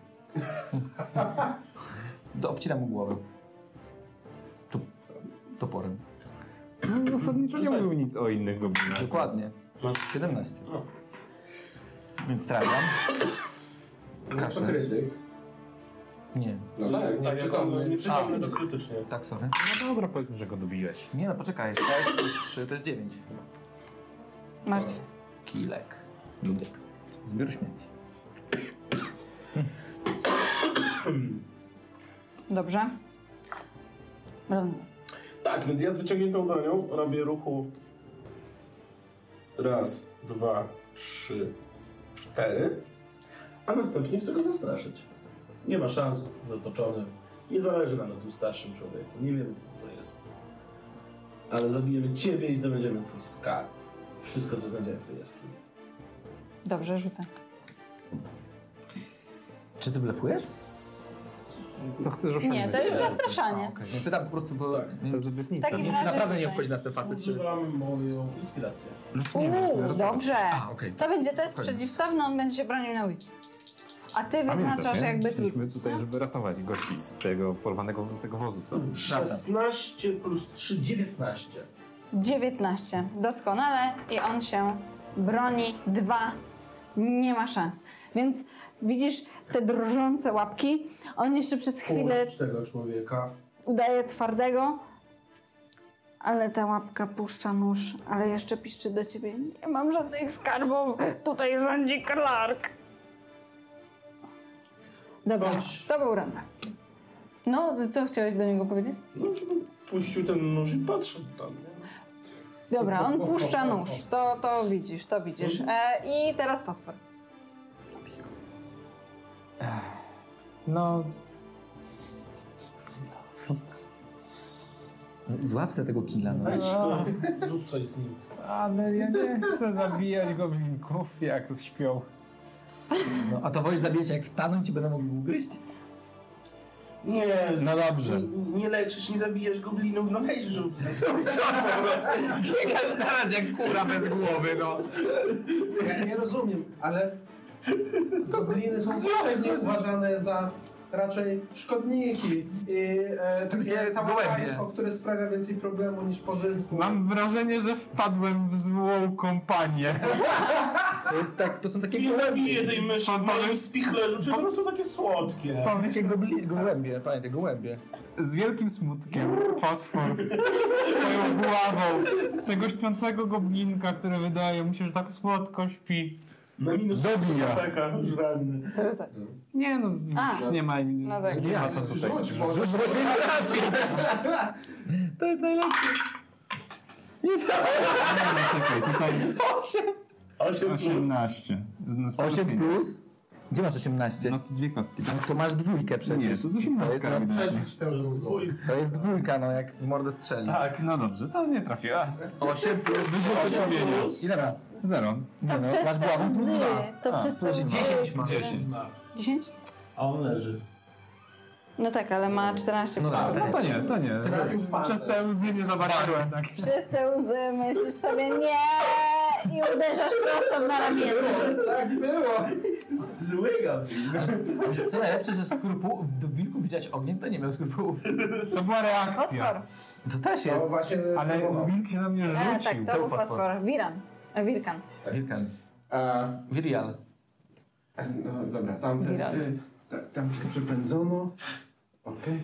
To obcinam mu głowę. Tu. Toporem.
No, zasadniczo nie mówił nic o innych goblinach.
Dokładnie.
Masz
siedemnaście.
O.
Więc trafiam.
To
Kaszle.
krytyk.
Nie.
No tak,
Tak, jak on
nieprzytomny.
nieprzytomny to krytycznie.
Tak, sorry.
No dobra, powiedzmy, że go dobiłeś.
Nie no, poczekaj. sześć plus trzy to jest dziewięć.
Martw.
Kilek. Ludek. Zbiór śmieci.
Dobrze. Ron.
Tak, więc ja z wyciągniętą bronią robię ruchu raz, dwa, trzy, cztery, a następnie chcę go zastraszyć. Nie ma szans, zatoczony. Nie zależy nam na tym starszym człowieku. Nie wiemy, kto to jest. Ale zabijemy ciebie i zdobędziemy twój skarb. Wszystko, co znajdziemy w tej jaskini.
Dobrze, rzucę.
Czy ty blefujesz?
Co chcesz osiągnąć?
Nie, to jest
Nie.
zastraszanie.
Okay. Nie pytam po prostu, bo...
Tak.
Nie,
To jest obietnica.
Takim
nie wiem, czy
razie
naprawdę nie
z-
obchodzi nas ten facet, czy...
Używam moją inspirację.
Uuu, dobrze.
A, okej.
To będzie test
Spokojnie.
przeciwstawny, on będzie się bronił na wisdom. A ty wyznaczasz
nie?
jakby
Szliśmy
trudność.
tutaj, żeby ratować gości z tego porwanego, z tego wozu, co?
szesnaście plus trzy, dziewiętnaście.
dziewiętnaście. Doskonale. I on się broni. Dwa. Nie ma szans. Więc widzisz te drżące łapki. On jeszcze przez chwilę
Puść tego człowieka.
udaje twardego, ale ta łapka puszcza nóż, ale jeszcze piszczy do ciebie. Nie mam żadnych skarbów. Tutaj rządzi Clark. Dobra,
Chodź.
to był randa. No, to co chciałeś do niego powiedzieć?
No, żeby puścił ten nóż i podszedł tam, nie?
Dobra, on puszcza nóż. To, to widzisz, to widzisz. E, I teraz fosfor.
No,
Złap se tego killa, no.
Weź go, zrób coś z nim.
ale ja nie chcę zabijać goblinków, jak śpią.
no. A to wolisz zabijać, jak wstaną i ci będą mogli ugryźć?
Nie,
No dobrze.
nie, nie leczysz, nie zabijesz goblinów, no weź rzuć.
Biegasz na razie jak kura bez głowy, no.
Ja nie rozumiem, ale gobliny są powszechnie uważane za raczej szkodniki i e, takie
Takie
tałamaństwo, które sprawia więcej problemu niż pożytku.
Mam wrażenie, że wpadłem w złą kompanię.
To, jest tak, to są takie
Nie
gołębie.
zabiję tej myszy w moim spichlerzu, przecież one są takie słodkie.
To są takie gobli- gołębie, pamiętaj, gołębie.
Z wielkim smutkiem fosfor swoją buławą tego śpiącego goblinka, który wydaje mu się, że tak słodko śpi.
Na minus
Dobija.
H P już ranny.
Nie no,
A.
nie ma,
No tak.
nie ma co tutaj.
Rzuć, bo rzuć,
To jest najlepsze.
Nie, no, czekaj, tutaj jest
osiem plus.
osiemnaście. No, z
osiem
profilu.
plus? Gdzie masz osiemnaście?
No to dwie kostki.
No to masz dwójkę przecież.
Nie, to z osiemnastka.
To jest-
Przerzuć tę
To jest
drugą.
dwój.
To jest dwójka, no jak w mordę strzeli.
Tak.
No dobrze, to nie trafiła.
osiem plus
Wyrzuty sumienia.
Ile masz?
Zero.
Nie no,
Przez
masz
te
głowę plus
łzy,
dwa.
to
A,
przez te łzy.
dziesięć ma.
Dziesięć.
dziesięć?
A on leży.
No tak, ale ma czternaście.
No tak.
No to nie, to nie.
Trafił w palce.
Przez te łzy nie zobaczyłem, tak.
Przez te łzy myślisz sobie nie i uderzasz prosto na ramię.
Tak było.
Zły
Wiesz co najlepsze, że skrupuł, do wilków widać ogień, to nie miał skrupułów.
To była reakcja.
Fosfor.
To też jest.
To właśnie
Ale
próbował.
wilk się na mnie
E, tak,
rzucił.
to był
fosfor.
fosfor. Wiran. E, Wirkan.
Wilkan.
A,
Virial.
no dobra, tamte,
Viral.
y, ta, tam się przypędzono. Okej.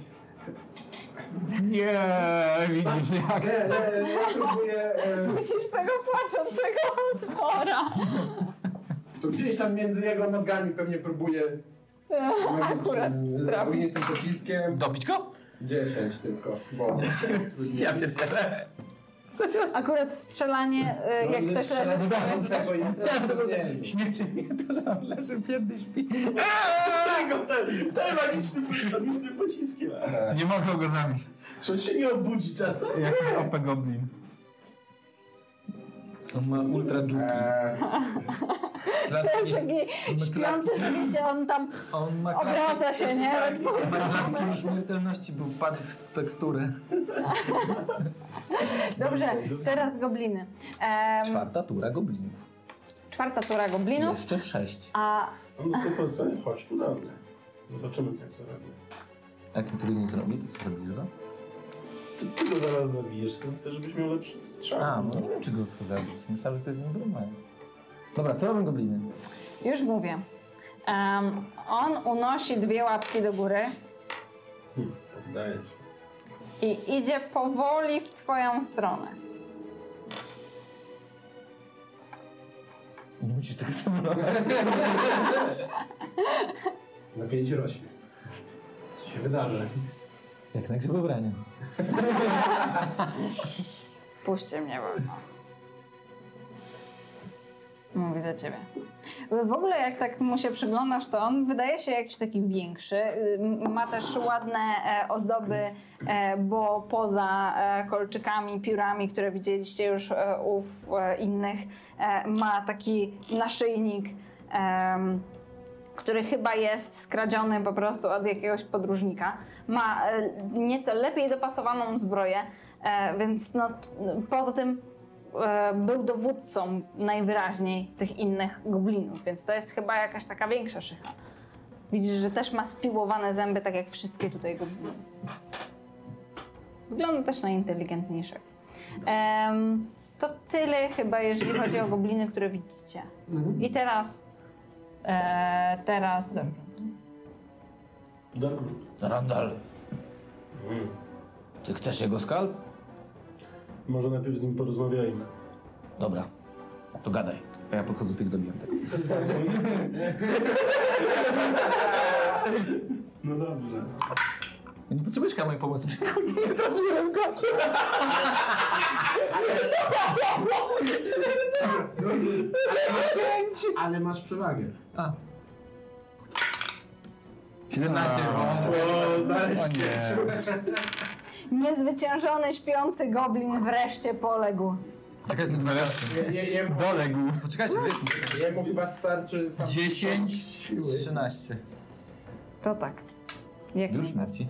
Nie, widzisz jak.
Nie, nie, nie, ja próbuję... E,
Musisz tego płaczącego fosfora.
to gdzieś tam między jego nogami pewnie próbuję...
Akurat trafił.
Ognistym pociskiem.
Dobić go?
dziesięć tylko, bo...
Ja pierdzielę.
Akurat strzelanie, e, jak
No,
ktoś
strzela
leży
do
w
dającego i zapomnieniu.
Śmieszy mnie to, że on leży biedny śpi.
Tego, ten, ten magiczny pociskiem, z tym pociskiem.
Nie mogą go zabić.
Czy on się nie obudzi czasem?
Jak O P Goblin.
On ma ultra dżuki.
Eee,
To jest taki śpiący, że wiecie, on tam
On ma
obraca się, nie?
On ma klatki już śmiertelności, bo wpadł w tekstury.
Dobrze, teraz gobliny. Em,
Czwarta tura goblinów.
czwarta tura goblinów,
Jeszcze sześć.
a
On do tego co nie chodź tu na mnie. Zobaczymy jak to robi.
Jak on tego nie zrobi, to co zrobi, że?
Ty, ty go zaraz zabijesz, tylko chcę, żebyś miał lepszy strzał.
A, no nie wiem, czy go chcę zabić. Myślałem, że to jest niby moment. Dobra, co robią gobliny?
już mówię. Em, on unosi dwie łapki do góry
Hmm, poddaję się.
i idzie powoli w twoją stronę.
Nie musisz tego samego.
napięcie rośnie. Co się wydarzy?
Jak na grzybobraniu.
Wpuśćcie mnie wolno. Mówi do ciebie. W ogóle jak tak mu się przyglądasz, to on wydaje się jakiś taki większy. Y, Ma też ładne e, ozdoby, e, bo poza e, kolczykami, piórami, które widzieliście już e, u e, innych, e, ma taki naszyjnik, em, który chyba jest skradziony po prostu od jakiegoś podróżnika. Ma e, nieco lepiej dopasowaną zbroję, e, więc no, t- poza tym e, był dowódcą najwyraźniej tych innych goblinów, więc to jest chyba jakaś taka większa szycha. Widzisz, że też ma spiłowane zęby, tak jak wszystkie tutaj gobliny. Wygląda też na inteligentniejszego. Em, to tyle chyba, jeżeli chodzi o gobliny, które widzicie. I teraz... E, teraz... Dobrze.
Dobra.
Randall,
Hmm.
ty chcesz jego skalp?
Może najpierw z nim porozmawiajmy.
Dobra, to gadaj. A ja podchodzę tych dobijam tego.
No dobrze.
Nie potrzebujesz chyba mojej pomocy. Nie trafiłem go.
Ale masz przewagę.
A. siedemnaście.
O,
O
nareszcie.
nie.
Niezwyciężony śpiący goblin wreszcie poległ.
Czekajcie, dwanaście.
Je, je, jemu,
Doległ.
Poczekajcie, wiesz.
jemu chyba starczy sam
dziesięć,
siły.
trzynaście.
To tak. Jak
Już śmierci.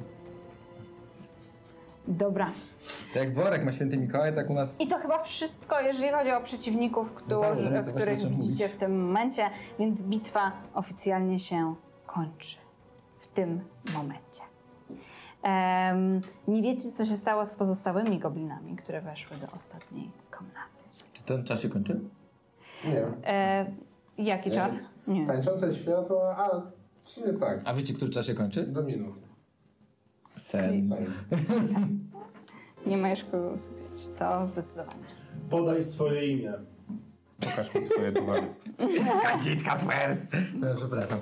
Dobra.
To jak worek ma święty Mikołaj, tak u nas...
I to chyba wszystko, jeżeli chodzi o przeciwników,
No tak,
którzy,
no to
których
właśnie o czym
widzicie
mówić.
w tym momencie, więc bitwa oficjalnie się kończy. W tym momencie. Um, nie wiecie, co się stało z pozostałymi goblinami, które weszły do ostatniej komnaty.
Czy ten czas się kończy?
Nie.
E, jaki czar? Nie.
Tańczące światło, a w sumie tak,
A wiecie, który czas się kończy?
do minuty.
Sen.
Nie ma już kogo usypiać. To zdecydowanie.
Podaj swoje imię.
Pokaż mi swoje towary.
Kadzitka Swers! No, przepraszam.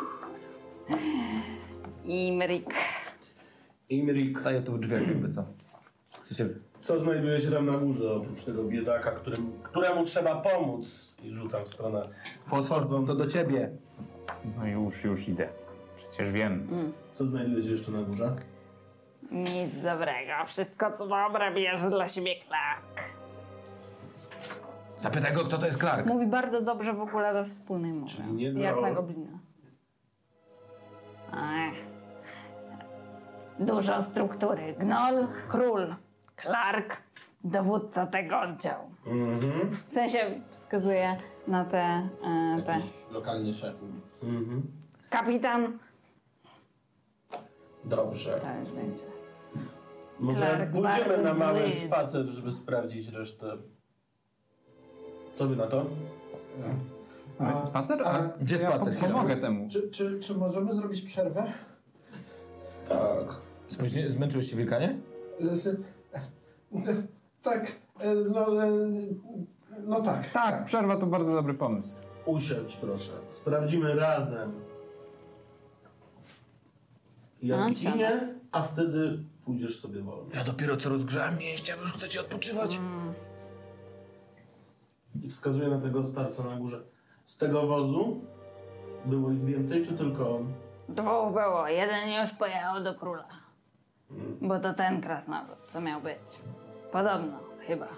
Imrik.
Imrik.
Staję tu w drzwiach jakby co. Chcecie...
Co znajduje się tam na górze, oprócz tego biedaka, którym, któremu trzeba pomóc? I rzucam w stronę.
Fosfor, to do ciebie.
No już, już idę. Przecież wiem.
Co znajduje się jeszcze na górze?
Nic dobrego. Wszystko, co dobre, bierze dla siebie Clark.
Zapytaj go, kto to jest Clark.
Mówi bardzo dobrze w ogóle we wspólnej mowie.
Czyli nie
Jak
Groll.
na goblina. Ech. Dużo struktury. Gnoll, król, Clark, dowódca tego oddziału.
Mhm.
W sensie wskazuje na te, e, te.
Jakiś lokalny szef.
Mhm.
Kapitan.
Dobrze.
To już będzie.
Może
Clark
pójdziemy
bardzo
na mały
zły.
spacer, żeby sprawdzić resztę. Co wy na to?
A,
Spacer?
a,
A
gdzie
ja
spacer?
po- Pomogę temu.
Czy, czy, czy możemy zrobić przerwę?
Tak.
Spóźnie, zmęczyłeś się wilkanie?
Z- Tak, e, no, e, no tak.
Tak, przerwa to bardzo dobry pomysł.
Usiądź proszę. Sprawdzimy razem jaskinię, a wtedy pójdziesz sobie wolno.
Ja dopiero co rozgrzałem mięśnie, a wy już chcecie odpoczywać?
I wskazuje na tego starca na górze. Z tego wozu było ich więcej, czy tylko on?
Dwóch było. Jeden już pojechał do króla. Bo to ten krasnolud, co miał być. Podobno, chyba.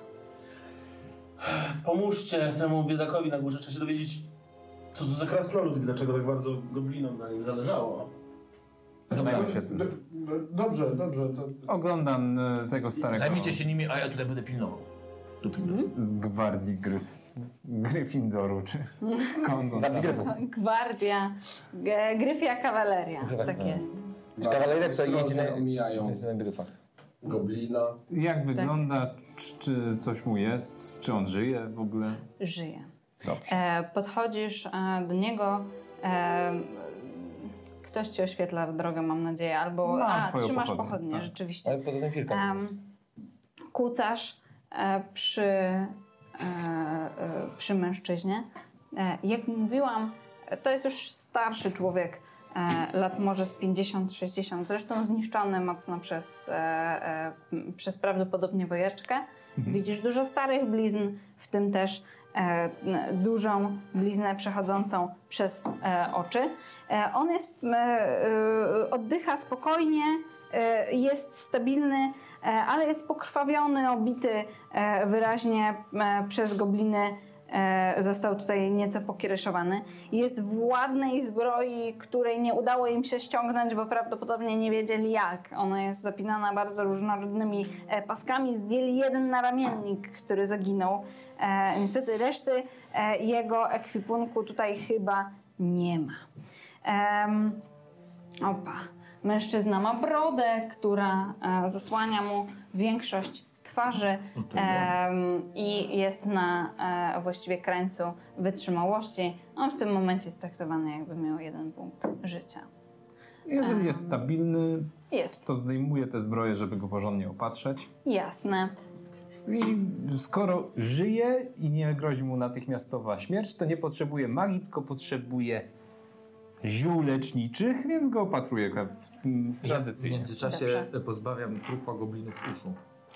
Pomóżcie temu biedakowi na górze. Trzeba się dowiedzieć, co to za krasnolud i dlaczego tak bardzo goblinom na nim zależało.
Zajmę się
D-
tym.
d- Dobrze, dobrze. To...
Oglądam e, tego starego
Zajmijcie się nimi, a ja tutaj będę pilnował. Tu pilnuję.
z gwardii Gryf... Gryffindoru, czy skąd on tam?
Gwardia, g- gryfia kawaleria. Tak jest.
Kawaleria, która
Ostrożnie
jeździ na-
omijając
na gryfach.
goblina.
Jak wygląda, czy, czy coś mu jest, czy on żyje w ogóle?
Żyje.
Dobrze.
E, podchodzisz e, do niego. E, ktoś ci oświetla drogę, mam nadzieję. Albo
Mam
a,
swoją
trzymasz
pochodnię,
pochodnie,
tak.
rzeczywiście.
Ale poza tym chwilkę.
Em, kucasz e, przy, e, e, przy mężczyźnie. E, jak mówiłam, to jest już starszy człowiek, e, lat może z pięćdziesiąt sześćdziesiąt, zresztą zniszczony mocno przez, e, e, m, przez prawdopodobnie wojaczkę. Widzisz dużo starych blizn, w tym też e, n- dużą bliznę przechodzącą przez e, oczy. E, on jest, e, e, oddycha spokojnie, e, jest stabilny, e, ale jest pokrwawiony, obity e, wyraźnie e, przez gobliny. E, został tutaj nieco pokiereszowany. Jest w ładnej zbroi, której nie udało im się ściągnąć, bo prawdopodobnie nie wiedzieli jak. Ona jest zapinana bardzo różnorodnymi e, paskami. Zdjęli jeden naramiennik, który zaginął. E, niestety reszty e, jego ekwipunku tutaj chyba nie ma. Em, opa. Mężczyzna ma brodę, która e, zasłania mu większość twarzy em, i jest na e, właściwie krańcu wytrzymałości. On w tym momencie jest traktowany, jakby miał jeden punkt życia.
Jeżeli jest stabilny,
Jest.
to zdejmuje te zbroje, żeby go porządnie opatrzeć.
Jasne.
I skoro żyje i nie grozi mu natychmiastowa śmierć, to nie potrzebuje magii, tylko potrzebuje ziół leczniczych, więc go opatruje ka- m,
W
tradycyjnie.
międzyczasie
Dobrze.
pozbawiam trupa goblinów uszu.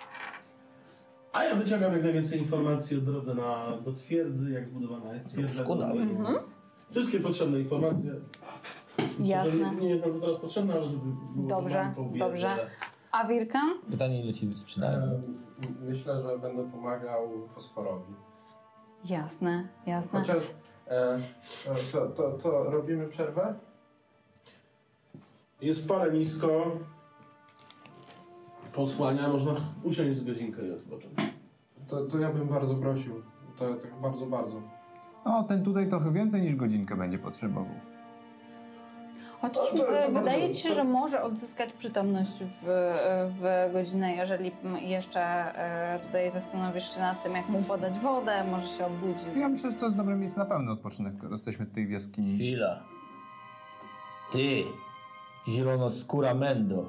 A ja wyciągam jak najwięcej informacji o drodze na, do twierdzy, jak zbudowana jest twierdza.
Doskonale.
Mhm. Wszystkie potrzebne informacje. Myślę, że
Jasne.
nie, nie jest nam to teraz potrzebne, ale żeby było,
Dobrze,
że mam tą wiedzę.
dobrze. A Wirkan?
Pytanie, ile ci sprzedają?
E, Myślę, że będę pomagał fosforowi.
Jasne, jasne.
Chociaż e, to, to, to robimy przerwę?
Jest palenisko. Posłania, można usiąść z godzinkę i odpocząć.
To, to ja bym bardzo prosił. To tak bardzo, bardzo.
O, ten tutaj trochę więcej niż godzinkę będzie potrzebował.
Chociaż
No to- to
e,
bardzo-
wydaje ci się,
to-
że może odzyskać przytomność w, w godzinę, jeżeli m, jeszcze e, tutaj zastanowisz się nad tym, jak mu podać wodę, może się obudzi.
Ja myślę, że to jest dobre miejsce na pełny odpoczynek, skoro jesteśmy tutaj w jaskini.
Chwila. Ty, zielonoskóra mendo.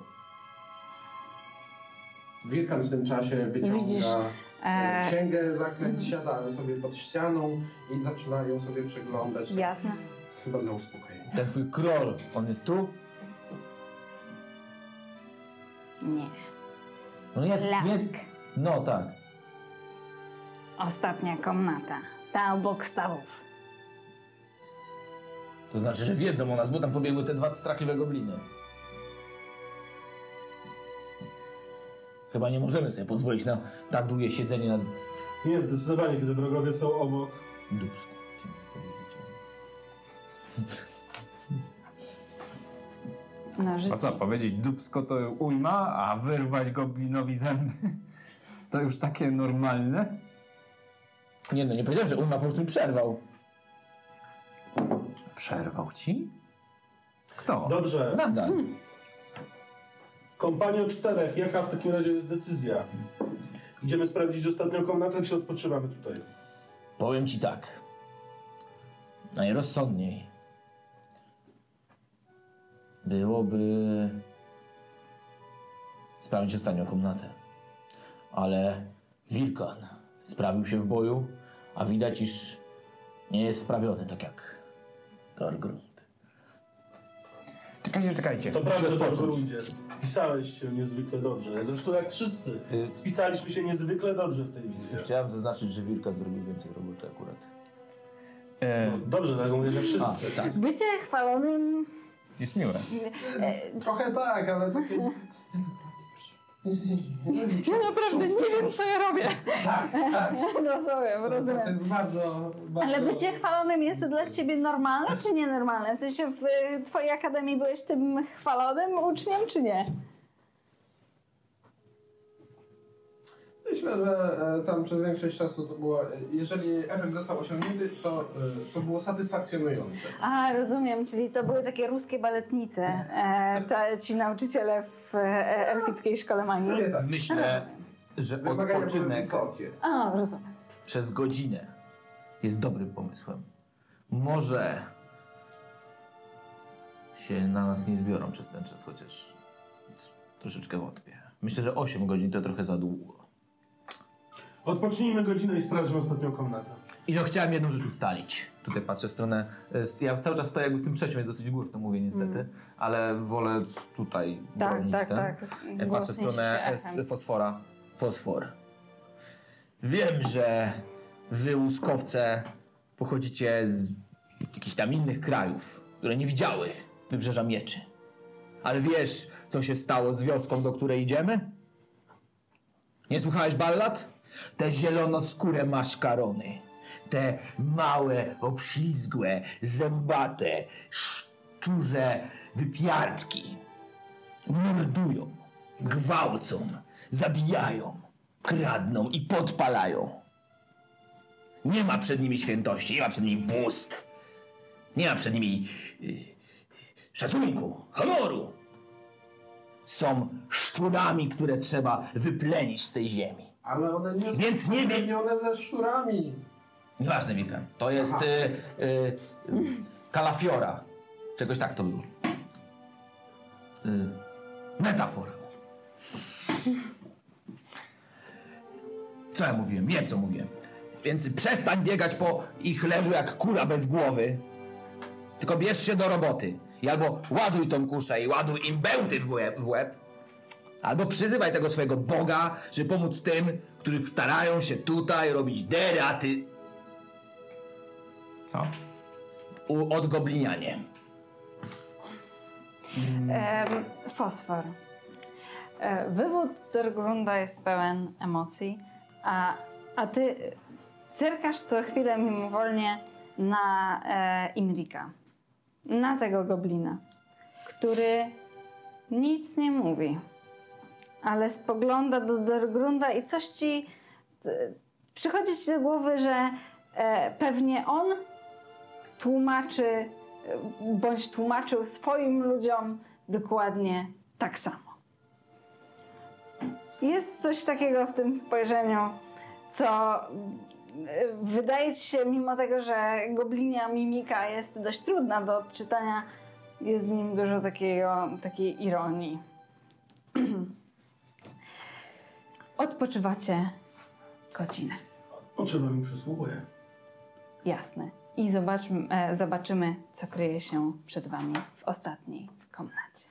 Wilkan w tym czasie wyciąga
Widzisz,
e,
e,
księgę zaklęć, siada sobie pod ścianą i zaczyna ją sobie przeglądać.
Jasne.
Chyba na uspokojenie.
Ten twój król, on jest tu?
Nie.
No nie,
Lak.
nie. No tak.
Ostatnia komnata. Ta obok stawów.
To znaczy, że wiedzą o nas, bo tam pobiegły te dwa strachliwe gobliny. Chyba nie możemy sobie pozwolić na tak długie siedzenie na
Nie, zdecydowanie, kiedy wrogowie są obok.
dupsku. Chciałem powiedzieć.
Na życie.
A co, powiedzieć dupsko to ujma, a wyrwać goblinowi zęby? To już takie normalne?
Nie no, nie powiedziałem, że on ma po prostu mi przerwał.
Przerwał ci? Kto?
Dobrze,
Nadal.
kompanio czterech, jaka w takim razie jest decyzja? Idziemy sprawdzić ostatnią komnatę, czy odpoczywamy tutaj?
Powiem ci tak. Najrozsądniej byłoby sprawdzić ostatnią komnatę. Ale Wilkan sprawił się w boju, a widać, iż nie jest sprawiony tak jak Thorgrund.
Czekajcie, czekajcie.
To prawda,
Muszę
to
odpocząć.
Grundzie. Spisałeś się niezwykle dobrze. Zresztą jak wszyscy.
Y-
Spisaliśmy się niezwykle dobrze w tej bitwie.
Chciałem zaznaczyć, że Wilkan zrobił więcej roboty akurat.
E,
No, dobrze, tak mówię, że wszyscy.
A, tak.
Bycie chwalonym...
jest miłe.
Trochę tak, ale takie...
Ja naprawdę nie wiem, co ja robię.
Tak, tak.
Rozumiem,
To
rozumiem.
jest bardzo, bardzo...
Ale bycie chwalonym jest dla ciebie normalne, czy nienormalne? W sensie w y, twojej akademii byłeś tym chwalonym uczniem, czy nie?
Myślę, że e, tam przez większość czasu to było... e, Jeżeli efekt został osiągnięty, to, e, to było satysfakcjonujące.
A, rozumiem, czyli to były takie ruskie baletnice, e, te, ci nauczyciele w e, elfickiej szkole magii.
Nie tak.
Myślę, że
Wymagania były
odpoczynek
wysokie.
A, rozumiem.
przez godzinę jest dobrym pomysłem. Może się na nas nie zbiorą przez ten czas, chociaż troszeczkę wątpię. Myślę, że osiem godzin to trochę za długo.
Odpocznijmy godzinę i sprawdźmy ostatnią komnatę.
I no chciałem jedną rzecz ustalić. Tutaj patrzę w stronę... e, Ja cały czas stoję jakby w tym przejściu, jest dosyć górno mówię niestety, ale wolę tutaj
Tak,
bronić
tak,
ten.
tak.
Jak
Głos
patrzę w
niesie
stronę
się echem.
e, fosfora. Fosfor. Wiem, że wy, łuskowce, pochodzicie z jakichś tam innych krajów, które nie widziały Wybrzeża Mieczy. Ale wiesz, co się stało z wioską, do której idziemy? Nie słuchałeś ballad? Te zielonoskóre maszkarony, te małe, obślizgłe, zębate, szczurze wypiartki mordują, gwałcą, zabijają, kradną i podpalają. Nie ma przed nimi świętości, nie ma przed nimi bóstw, nie ma przed nimi y, szacunku, honoru. Są szczurami, które trzeba wyplenić z tej ziemi.
Ale one nie są
Więc nie wiem-
spokrewnione ze szczurami.
Nieważne, Wilkan. To jest y, y, y, kalafiora. Czegoś tak to było. Y, metafora. Co ja mówiłem? Wiem, co mówiłem. Więc przestań biegać po ich leżu jak kura bez głowy. Tylko bierz się do roboty. I albo ładuj tą kuszę i ładuj im bełty w łeb, w łeb. Albo przyzywaj tego swojego Boga, żeby pomóc tym, którzy starają się tutaj robić dery, a ty
Co?
u, odgoblinianie.
Em, fosfor. E, wywód Thorgrunda jest pełen emocji, a, a ty zerkasz co chwilę mimowolnie na e, Imrika. Na tego goblina, który nic nie mówi, ale spogląda do Thorgrunda i coś ci t, przychodzi ci do głowy, że e, pewnie on tłumaczy bądź tłumaczył swoim ludziom dokładnie tak samo. Jest coś takiego w tym spojrzeniu, co wydaje ci się, mimo tego, że goblinia mimika jest dość trudna do odczytania, jest w nim dużo takiego, takiej ironii. Odpoczywacie godzinę.
Potrzeba mi przysługuje.
Jasne. I zobaczmy, e, zobaczymy, co kryje się przed wami w ostatniej komnacie.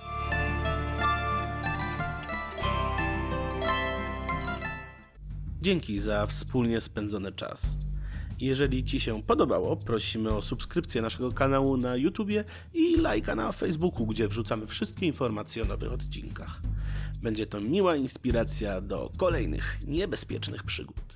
Dzięki za wspólnie spędzony czas. Jeżeli Ci się podobało, prosimy o subskrypcję naszego kanału na YouTubie i lajka na Facebooku, gdzie wrzucamy wszystkie informacje o nowych odcinkach. Będzie to miła inspiracja do kolejnych niebezpiecznych przygód.